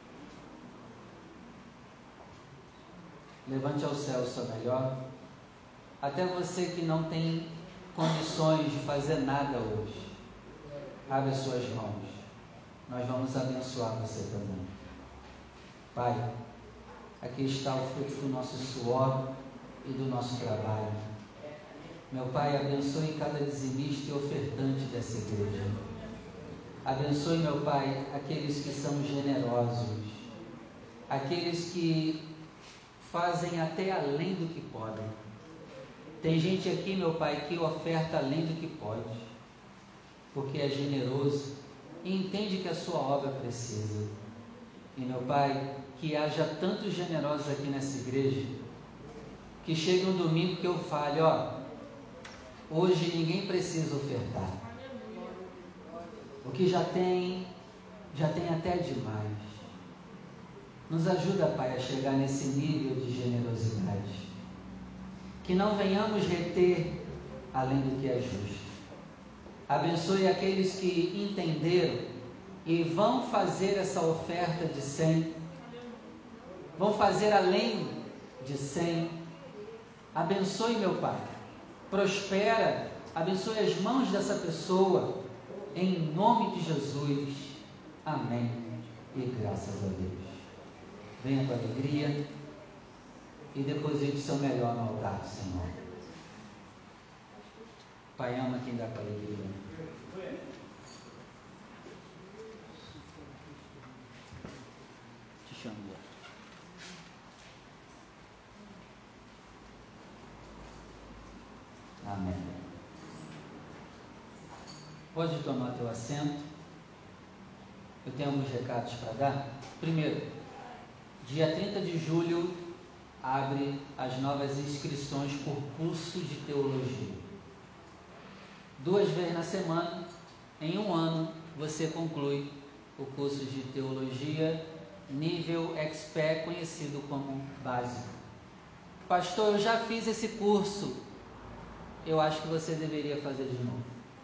Levante ao céu o seu melhor. Até você que não tem condições de fazer nada hoje, abre as suas mãos. Nós vamos abençoar você também. Pai, aqui está o fruto do nosso suor e do nosso trabalho. Meu Pai, abençoe cada dizimista e ofertante dessa igreja. Abençoe, meu Pai, aqueles que são generosos, aqueles que fazem até além do que podem. Tem gente aqui, meu Pai, que oferta além do que pode, porque é generoso e entende que a sua obra precisa. E, meu Pai, que haja tantos generosos aqui nessa igreja, que chegue um domingo que eu fale, ó, hoje ninguém precisa ofertar. O que já tem, já tem até demais. Nos ajuda, Pai, a chegar nesse nível de generosidade. Que não venhamos reter além do que é justo. Abençoe aqueles que entenderam e vão fazer essa oferta de cem. Vão fazer além de cem. Abençoe, meu Pai. Prospera. Abençoe as mãos dessa pessoa. Em nome de Jesus. Amém. E graças a Deus. Venha com alegria e deposite o seu melhor no altar, Senhor. Pai, ama quem dá com alegria. Te chamo. Amém. Pode tomar teu assento. Eu tenho alguns recados para dar. Primeiro, dia trinta de julho abre as novas inscrições por curso de teologia. Duas vezes na semana, em um ano, você conclui o curso de teologia nível expert, conhecido como básico. Pastor, eu já fiz esse curso. Eu acho que você deveria fazer de novo.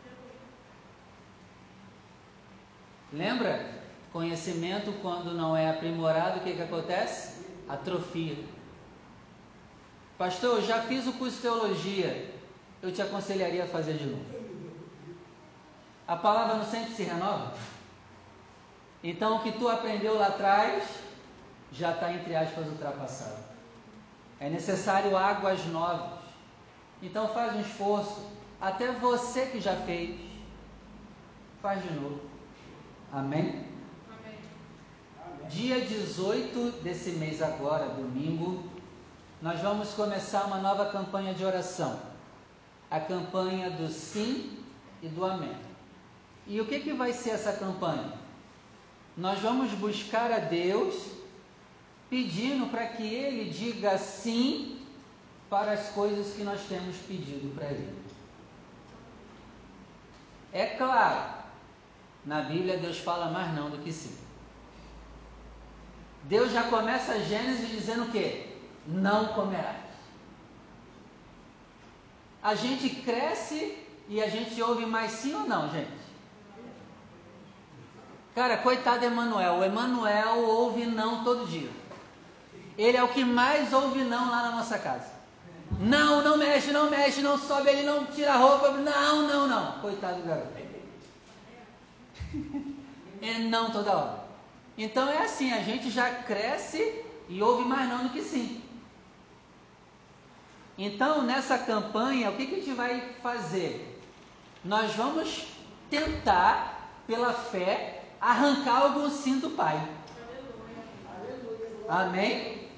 Lembra? Conhecimento, quando não é aprimorado, o que, que acontece? Atrofia. Pastor, eu já fiz o curso de teologia. Eu te aconselharia a fazer de novo. A palavra não sempre se renova? Então, o que tu aprendeu lá atrás já está, entre aspas, ultrapassado. É necessário águas novas. Então, faz um esforço. Até você que já fez, faz de novo. Amém? Amém. Dia dezoito desse mês agora, domingo, nós vamos começar uma nova campanha de oração. A campanha do sim e do amém. E o que, que vai ser essa campanha? Nós vamos buscar a Deus pedindo para que Ele diga sim para as coisas que nós temos pedido para Ele. É claro, na Bíblia Deus fala mais não do que sim. Deus já começa a Gênesis dizendo o quê? Não comerás. A gente cresce e a gente ouve mais sim ou não, gente? Cara, coitado de Emanuel. O Emanuel ouve não todo dia. Ele é o que mais ouve não lá na nossa casa. Não, não mexe, não mexe, não sobe, ele não tira a roupa. Não, não, não. Coitado do garoto. É não toda hora. Então é assim, a gente já cresce e ouve mais não do que sim. Então, nessa campanha, o que, que a gente vai fazer? Nós vamos tentar, pela fé, arrancar algum sim do Pai. Amém?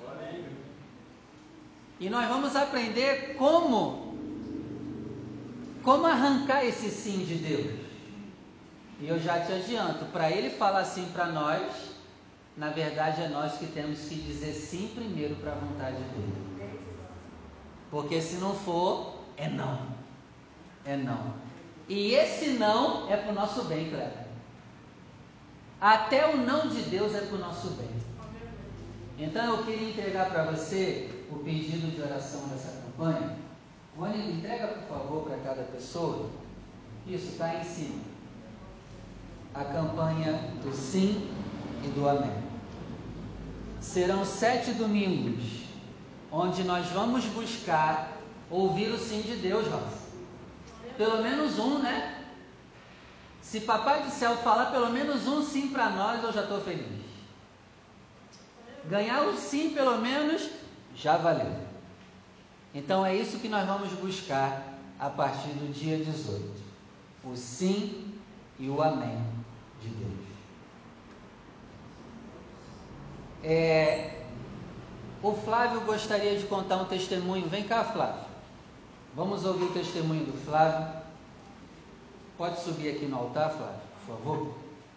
E nós vamos aprender como, como arrancar esse sim de Deus. E eu já te adianto, para Ele falar sim para nós, na verdade é nós que temos que dizer sim primeiro para a vontade dEle. Porque se não for, é não. É não. E esse não é para o nosso bem, Cleber. Até o não de Deus é para o nosso bem. Então eu queria entregar para você o pedido de oração dessa campanha. Rony, entrega por favor para cada pessoa. Isso, está aí em cima. A campanha do sim e do amém. Serão sete domingos onde nós vamos buscar ouvir o sim de Deus, Rosa. Pelo menos um, né? Se Papai do Céu falar pelo menos um sim para nós, eu já estou feliz. Ganhar o sim pelo menos, já valeu. Então é isso que nós vamos buscar a partir do dia dezoito. O sim e o amém de Deus. É, o Flávio gostaria de contar um testemunho. Vem cá, Flávio. Vamos ouvir o testemunho do Flávio. Pode subir aqui no altar, Flávio, por favor.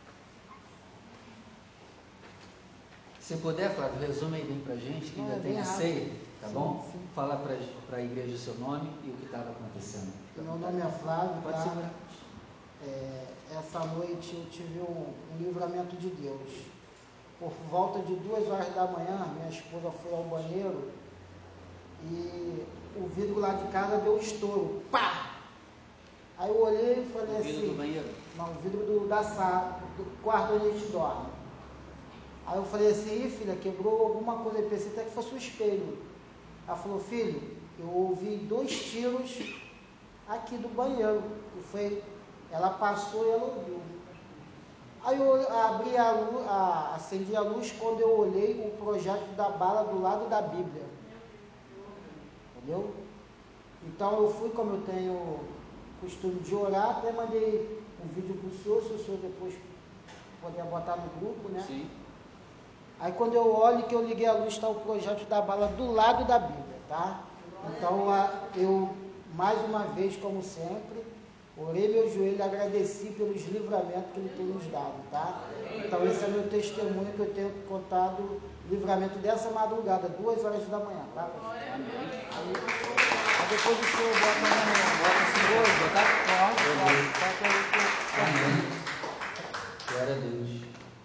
Se puder, Flávio, resume aí bem pra gente, que ainda tem a ceia, tá bom? Sim. Fala para a igreja o seu nome e o que estava acontecendo. Meu nome é Flávio. Pode tá? segurar. É, essa noite eu tive um, um livramento de Deus. Por volta de duas horas da manhã, minha esposa foi ao banheiro e o vidro lá de casa deu estouro. Pá! Aí eu olhei e falei o vidro assim... do banheiro? Não, o vidro do, da sala, do quarto onde a gente dorme. Aí eu falei assim, filha, quebrou alguma coisa. Eu pensei até que fosse o espelho. Ela falou, filho, eu ouvi dois tiros aqui do banheiro. E foi, ela passou e ela ouviu. Aí eu abri a luz, a, acendi a luz, quando eu olhei o projeto da bala do lado da Bíblia. Entendeu? Então eu fui, como eu tenho costume de orar, até mandei um vídeo para o senhor, se o senhor depois puder botar no grupo, né? Sim. Aí quando eu olho que eu liguei a luz, está o projeto da bala do lado da Bíblia, tá? Então eu, mais uma vez, como sempre, orei meu joelho e agradeci pelos livramentos que Ele tem nos dado, tá? Então esse é meu testemunho que eu tenho contado, livramento dessa madrugada, duas horas da manhã, tá? Amém. Aí, aí depois o senhor bota na mão, bota assim hoje, tá? Pode, pode. Amém. Glória a Deus.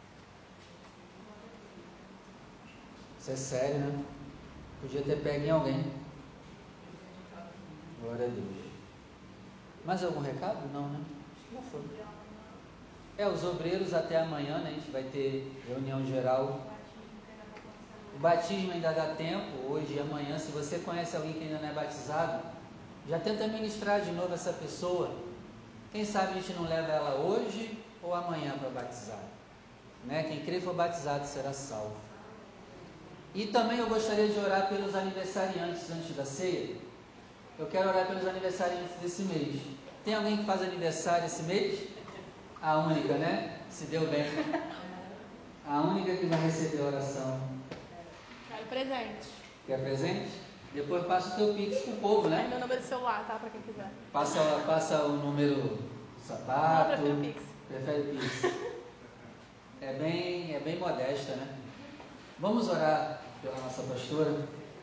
Isso é sério, né? Podia ter pego em alguém. Glória a Deus. Mais algum recado? Não, né? Já foi. É, os obreiros até amanhã, né? A gente vai ter reunião geral. O batismo ainda dá tempo, hoje e amanhã. Se você conhece alguém que ainda não é batizado, já tenta ministrar de novo essa pessoa. Quem sabe a gente não leva ela hoje ou amanhã para batizar, né? Quem crer e for batizado será salvo. E também eu gostaria de orar pelos aniversariantes antes da ceia. Eu quero orar pelos aniversariantes desse mês. Tem alguém que faz aniversário esse mês? A única, né? Se deu bem. A única que vai receber a oração. Quero presente. Quer presente? Depois passa o teu pix pro povo, né? É meu número de celular, tá? Pra quem quiser. Passa, passa o número do sapato. Não, eu prefiro pix. Prefere pix. É bem, é bem modesta, né? Vamos orar pela nossa pastora.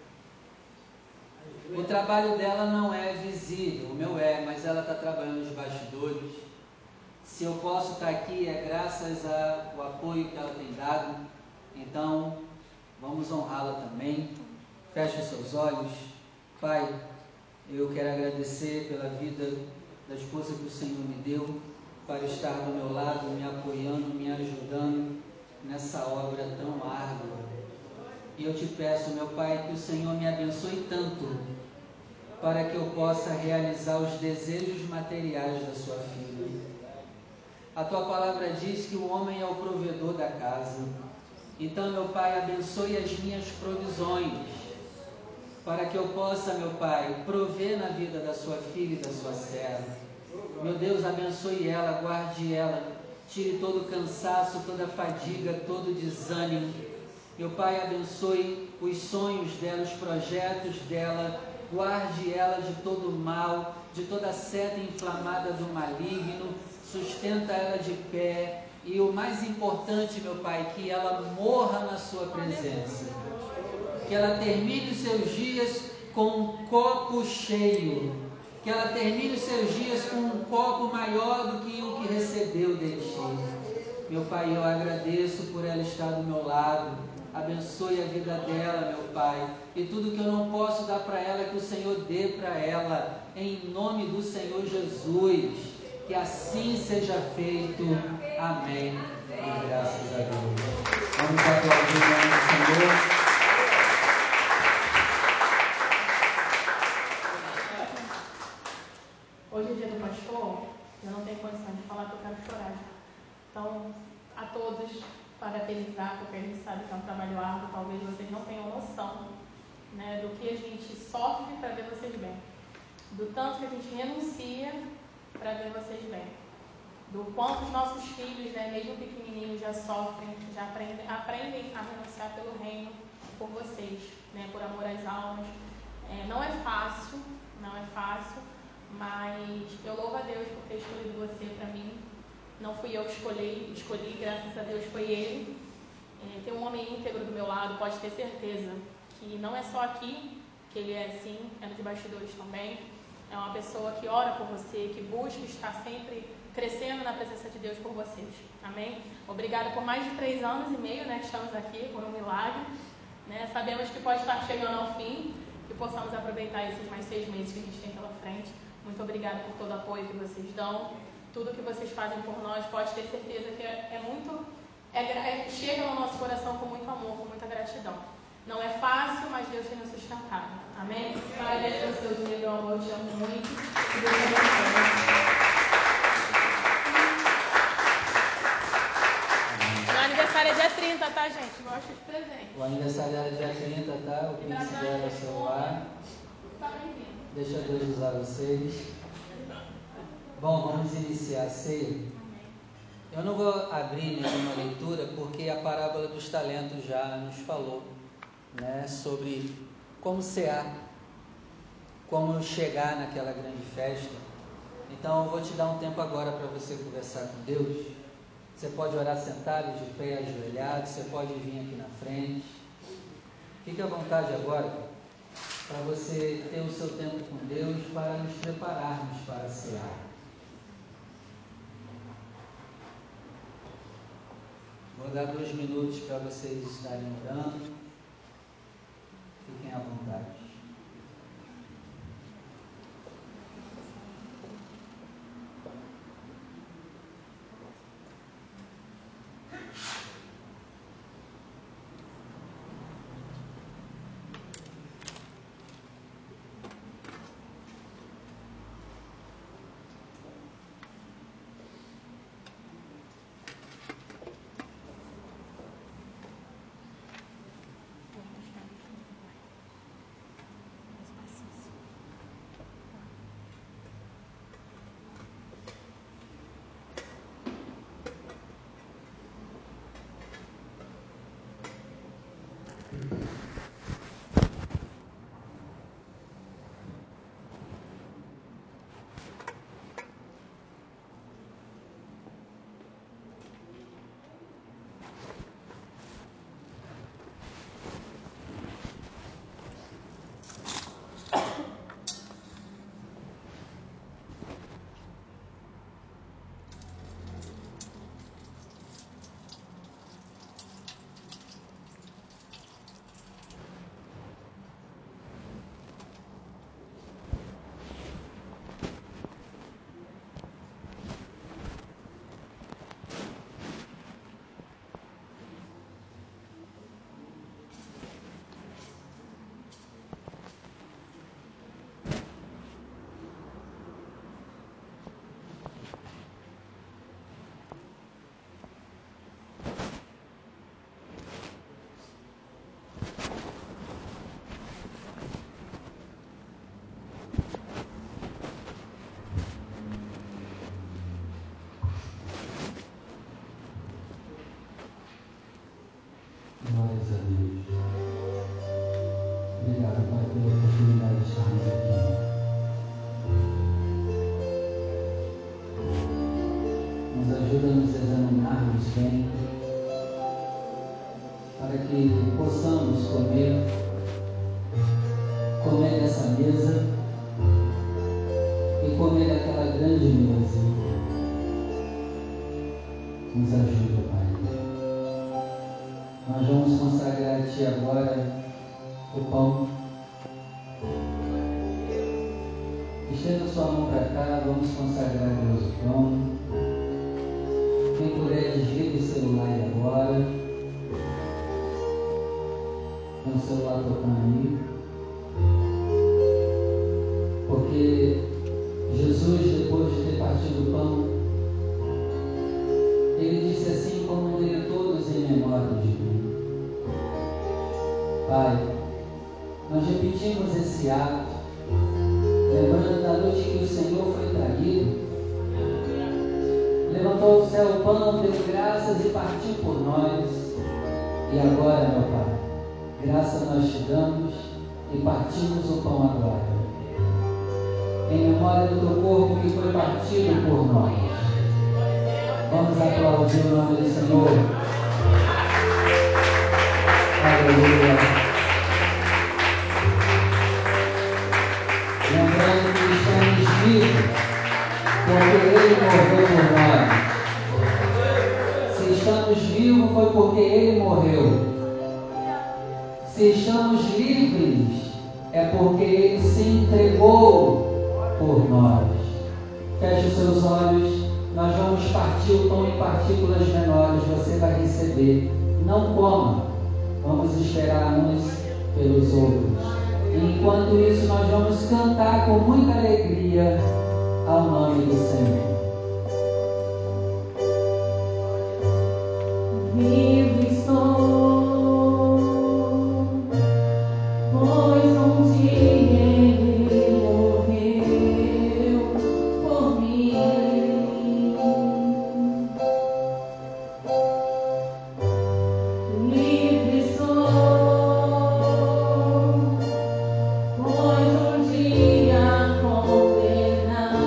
O trabalho dela não é visível, o meu é, mas ela está trabalhando nos bastidores. Se eu posso estar aqui é graças ao apoio que ela tem dado. Então, vamos honrá-la também. Feche os seus olhos. Pai, eu quero agradecer pela vida da esposa que o Senhor me deu, para estar do meu lado, me apoiando, me ajudando nessa obra tão árdua. E eu te peço, meu Pai, que o Senhor me abençoe tanto, para que eu possa realizar os desejos materiais da sua filha. A tua palavra diz que o homem é o provedor da casa. Então, meu Pai, abençoe as minhas provisões, para que eu possa, meu Pai, prover na vida da sua filha e da sua serva. Meu Deus, abençoe ela, guarde ela, tire todo o cansaço, toda a fadiga, todo o desânimo. Meu Pai, abençoe os sonhos dela, os projetos dela, guarde ela de todo o mal, de toda a seta inflamada do maligno, sustenta ela de pé. E o mais importante, meu Pai, que ela morra na sua presença, que ela termine os seus dias com um copo cheio, que ela termine os seus dias com um copo maior do que o que recebeu de ti. Meu Pai, eu agradeço por ela estar do meu lado. Abençoe a vida dela, meu Pai. E tudo que eu não posso dar para ela, que o Senhor dê para ela. Em nome do Senhor Jesus. Que assim seja feito. Amém. E graças a Deus. Vamos aplaudir o nome do Senhor. Hoje é dia do pastor, eu não tenho condição de falar que eu quero chorar. Então, a todos, parabenizar, porque a gente sabe que é um trabalho árduo, talvez vocês não tenham noção, né, do que a gente sofre para ver vocês bem. Do tanto que a gente renuncia para ver vocês bem. Do quanto os nossos filhos, né, mesmo pequenininhos, já sofrem, já aprendem, aprendem a renunciar pelo reino, por vocês, né, por amor às almas. É, não é fácil, não é fácil, mas eu louvo a Deus por ter escolhido você para mim. Não fui eu que escolhi, escolhi, graças a Deus foi Ele. É, tem um homem íntegro do meu lado, pode ter certeza que não é só aqui que ele é assim, é nos bastidores também. É uma pessoa que ora por você, que busca estar sempre crescendo na presença de Deus por vocês. Amém? Obrigada por mais de três anos e meio, né, que estamos aqui, por um milagre. Né? Sabemos que pode estar chegando ao fim, que possamos aproveitar esses mais seis meses que a gente tem pela frente. Muito obrigada por todo o apoio que vocês dão. Tudo que vocês fazem por nós, pode ter certeza que é, é muito... É, é, chega no nosso coração com muito amor, com muita gratidão. Não é fácil, mas Deus tem nos sustentado. Amém? Parabéns pelo seu dia, meu amor. Eu te amo muito. Que Deus te abençoe. Meu aniversário é dia trinta, tá, gente? Gosto de presente. O aniversário era dia trinta, tá? O Pix dela é o celular. Tá bem-vindo. Deixa Deus usar vocês. Bom, vamos iniciar a ceia. Eu não vou abrir nenhuma leitura porque a parábola dos talentos já nos falou, né, sobre como cear, como chegar naquela grande festa. Então eu vou te dar um tempo agora para você conversar com Deus. Você pode orar sentado, de pé, ajoelhado, você pode vir aqui na frente. Fique à vontade agora para você ter o seu tempo com Deus, para nos prepararmos para cear. Vou dar dois minutos para vocês estarem orando. Fiquem à vontade. Glórias a Deus. Obrigado, Pai, pela oportunidade de estarmos aqui. Nos ajuda a nos examinarmos bem, para que possamos comer, comer dessa mesa e comer aquela grande mesa. Nos ajuda, vamos consagrar a Ti agora o pão. Estenda sua mão para cá, vamos consagrar a Deus o pão. Quem puder, desliga o celular aí agora. Tem um celular tocando aí. Porque Jesus, depois de ter partido o pão, Ele disse assim: comandei todos em memória de mim. Pai, nós repetimos esse ato, lembrando da noite em que o Senhor foi traído, levantou do céu o pão, deu graças e partiu por nós. E agora, meu Pai, graça nós te damos e partimos o pão agora, em memória do Teu corpo que foi partido por nós. Vamos aplaudir o nome do Senhor. Aleluia. Lembrando que estamos vivos porque Ele morreu por nós. Se estamos vivos foi porque Ele morreu. Se estamos livres é porque Ele se entregou por nós. Feche os seus olhos. Nós vamos partir o pão em partículas menores. Você vai receber. Não coma. Vamos esperar uns pelos outros. Enquanto isso, nós vamos cantar com muita alegria ao nome do Senhor. Vivo estou, pois um dia Ele morreu por mim. Livre sou, pois um dia condenado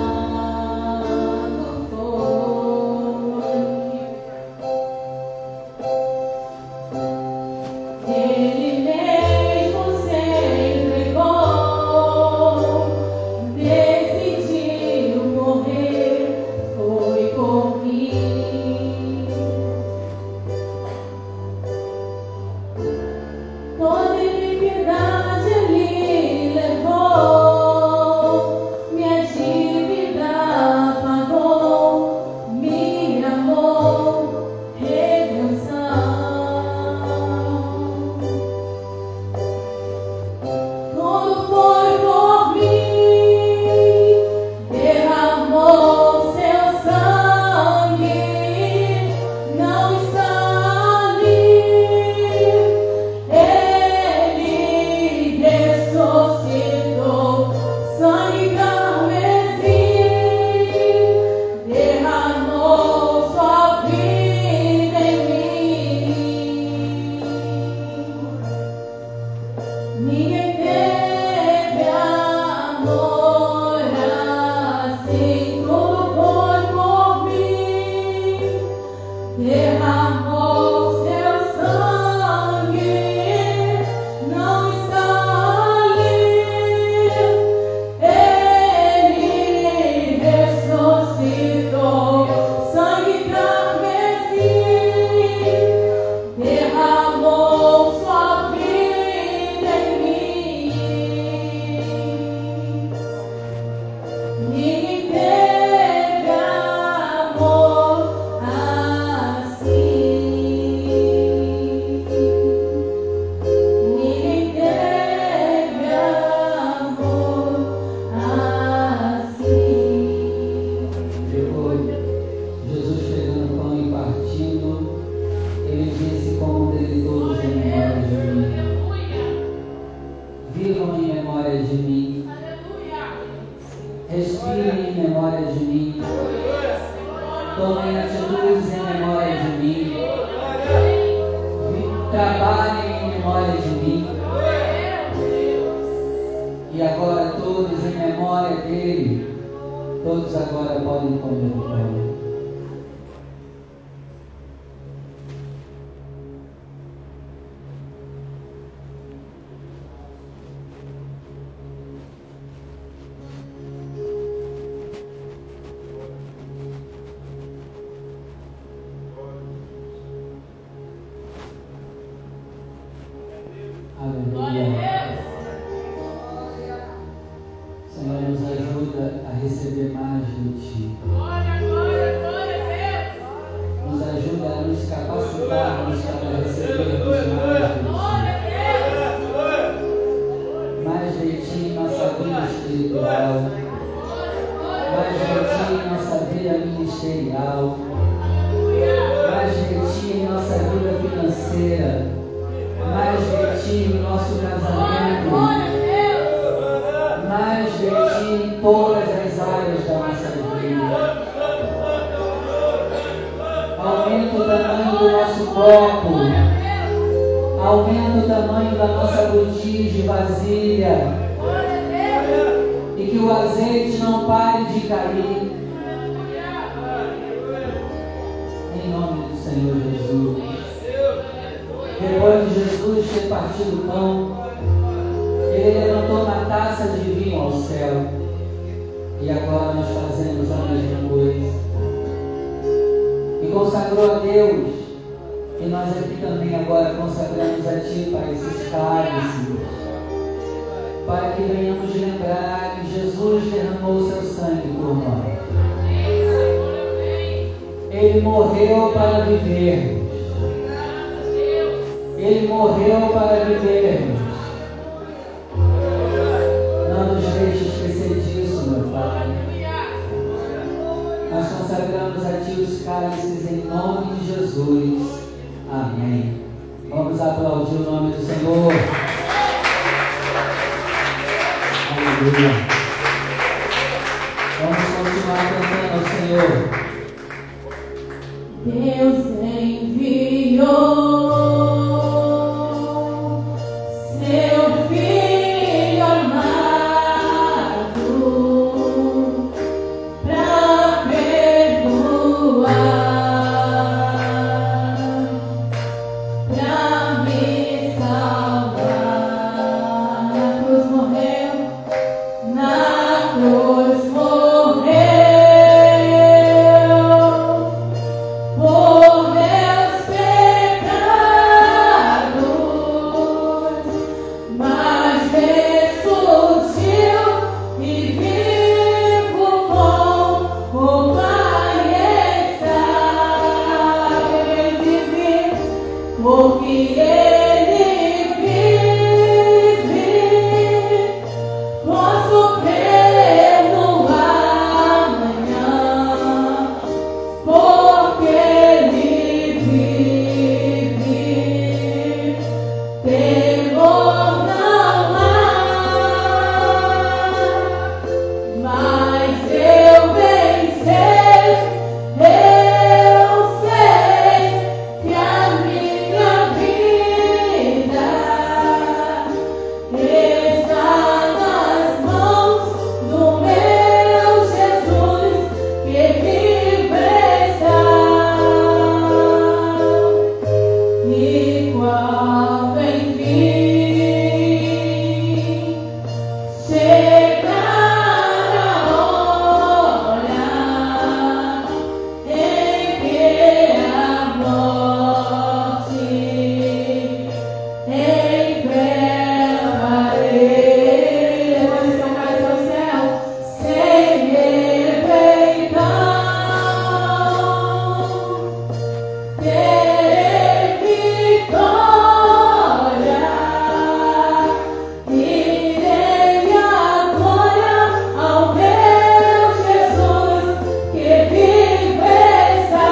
Aleluia. Senhor, nos ajuda a receber mais de Ti. Glória, glória, glória a Deus. Nos ajuda a nos capacitarmos para recebermos mais de Glória Ti. a Deus. Mais de Ti em nossa vida espiritual. Mais de Ti em nossa vida ministerial. Mais de Ti em nossa vida financeira. Mais de Ti no nosso casamento. Mais de Ti em todas as áreas da nossa vida. Aumenta o tamanho do nosso copo. Aumenta o tamanho da nossa botija e vasilha. E que o azeite não pare de cair. Em nome do Senhor Jesus. Depois de Jesus ter partido o pão, Ele levantou uma taça de vinho ao céu. E agora nós fazemos a mesma coisa. E consagrou a Deus. E nós aqui também agora consagramos a Ti para esses cálices. Para que venhamos lembrar que Jesus derramou seu sangue por nós. Ele morreu para vivermos. Ele morreu para vivermos. Não nos deixe esquecer disso, meu Pai. Nós consagramos a Ti os cálices em nome de Jesus. Amém. Vamos aplaudir o nome do Senhor. Aleluia. Vamos continuar cantando ao Senhor. Deus enviou seu Filho amado pra perdoar, pra me salvar. Na cruz morreu, na cruz morreu por meus pecados, mas ressurgiu e vivo com o Pai está. Ele vive, porque Ele vive, posso crer no amanhã. Porque Ele vive, temor não há, mas eu vencer, eu sei que a minha vida está nas mãos do meu Jesus, que vive está. E quando enfim chegar a hora em que a morte enfrentarei, levante seu cálice ao céu, sem repreensão, terei vitória, irei a glória ao meu Jesus, que vive está.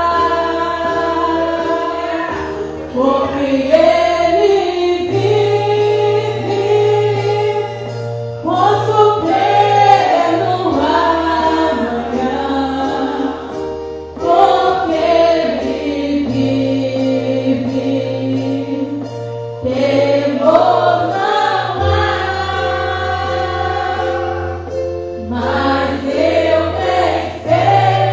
Porque Ele vive, posso crer no amanhã. Porque Ele vive, temor não há, mas eu vencer,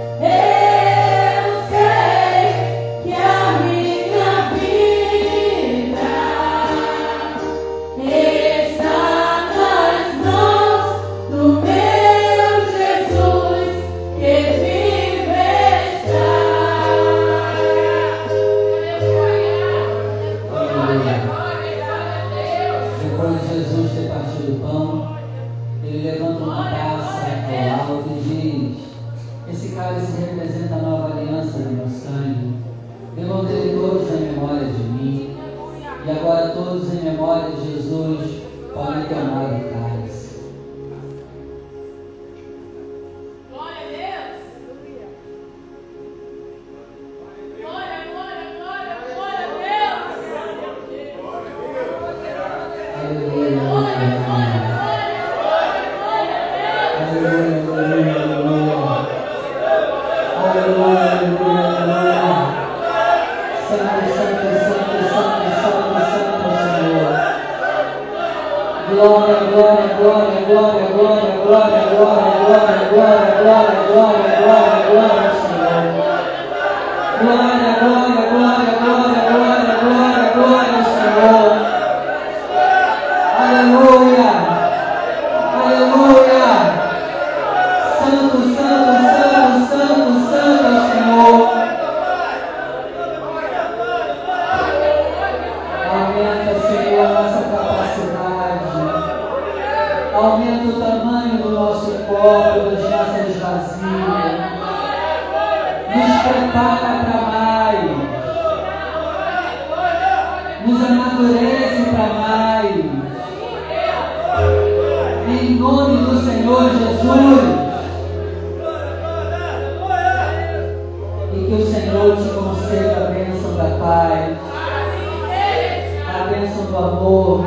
eu sei que a minha vida está nas mãos do meu Jesus, que vive está. Glória, glória, glória. palavra de Jesus ter partido o pão, ele levanta uma taça ao alto e diz: esse cálice representa a nova aliança do meu sangue. Bebam dele todos em memória de mim. E agora todos em memória de Jesus podem tomar o cálice. Glória a Deus. Glória, glória, glória, glória a Deus. Aleluia, Glória, aleluia, glória, glória, glória, glória a Deus. aleluia, aleluia, aleluia, aleluia, aleluia. Santo, santo, santo, santo, santo, santo, Senhor. Glória, glória, glória, glória, glória, glória, glória, glória, glória, glória, glória, glória, glória, Senhor. Glória, glória, glória, glória, glória, glória, glória, Senhor. Aleluia, aleluia. Santo, santo, santo, santo, santo, Senhor. Aumenta, Senhor, nossa capacidade. Aumenta o tamanho do nosso corpo, das nossas vasilhas. Nos prepara para mais. Nos amadurece para mais. Em nome do Senhor Jesus. E que o Senhor te conceda a bênção da paz, a bênção do amor,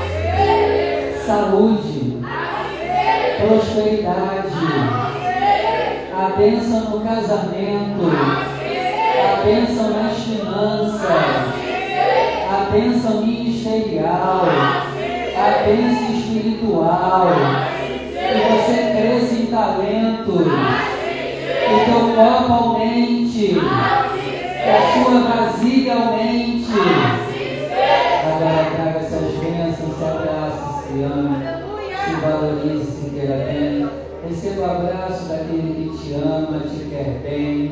saúde, prosperidade, a bênção no casamento, a bênção nas finanças, a bênção ministerial, a bênção espiritual, que você cresça em talentos, que o teu copo aumente, que a sua vasilha aumente. Agora traga essas bênçãos, se abrace, se ame, se valorize, se queira bem. Receba o abraço daquele que te ama, te quer bem.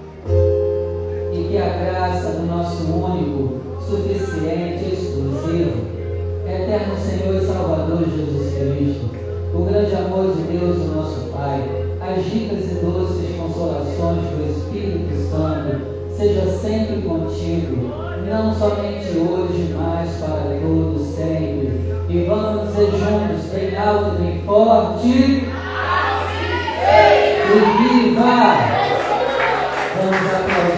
E que a graça do nosso único, suficiente, exclusivo, eterno Senhor e Salvador Jesus Cristo, o grande amor de Deus, o nosso Pai, as ricas e doces consolações do Espírito Santo, seja sempre contigo, não somente hoje, mas para todo sempre. E vamos dizer juntos, bem alto, bem forte. E viva! Vamos aplaudir.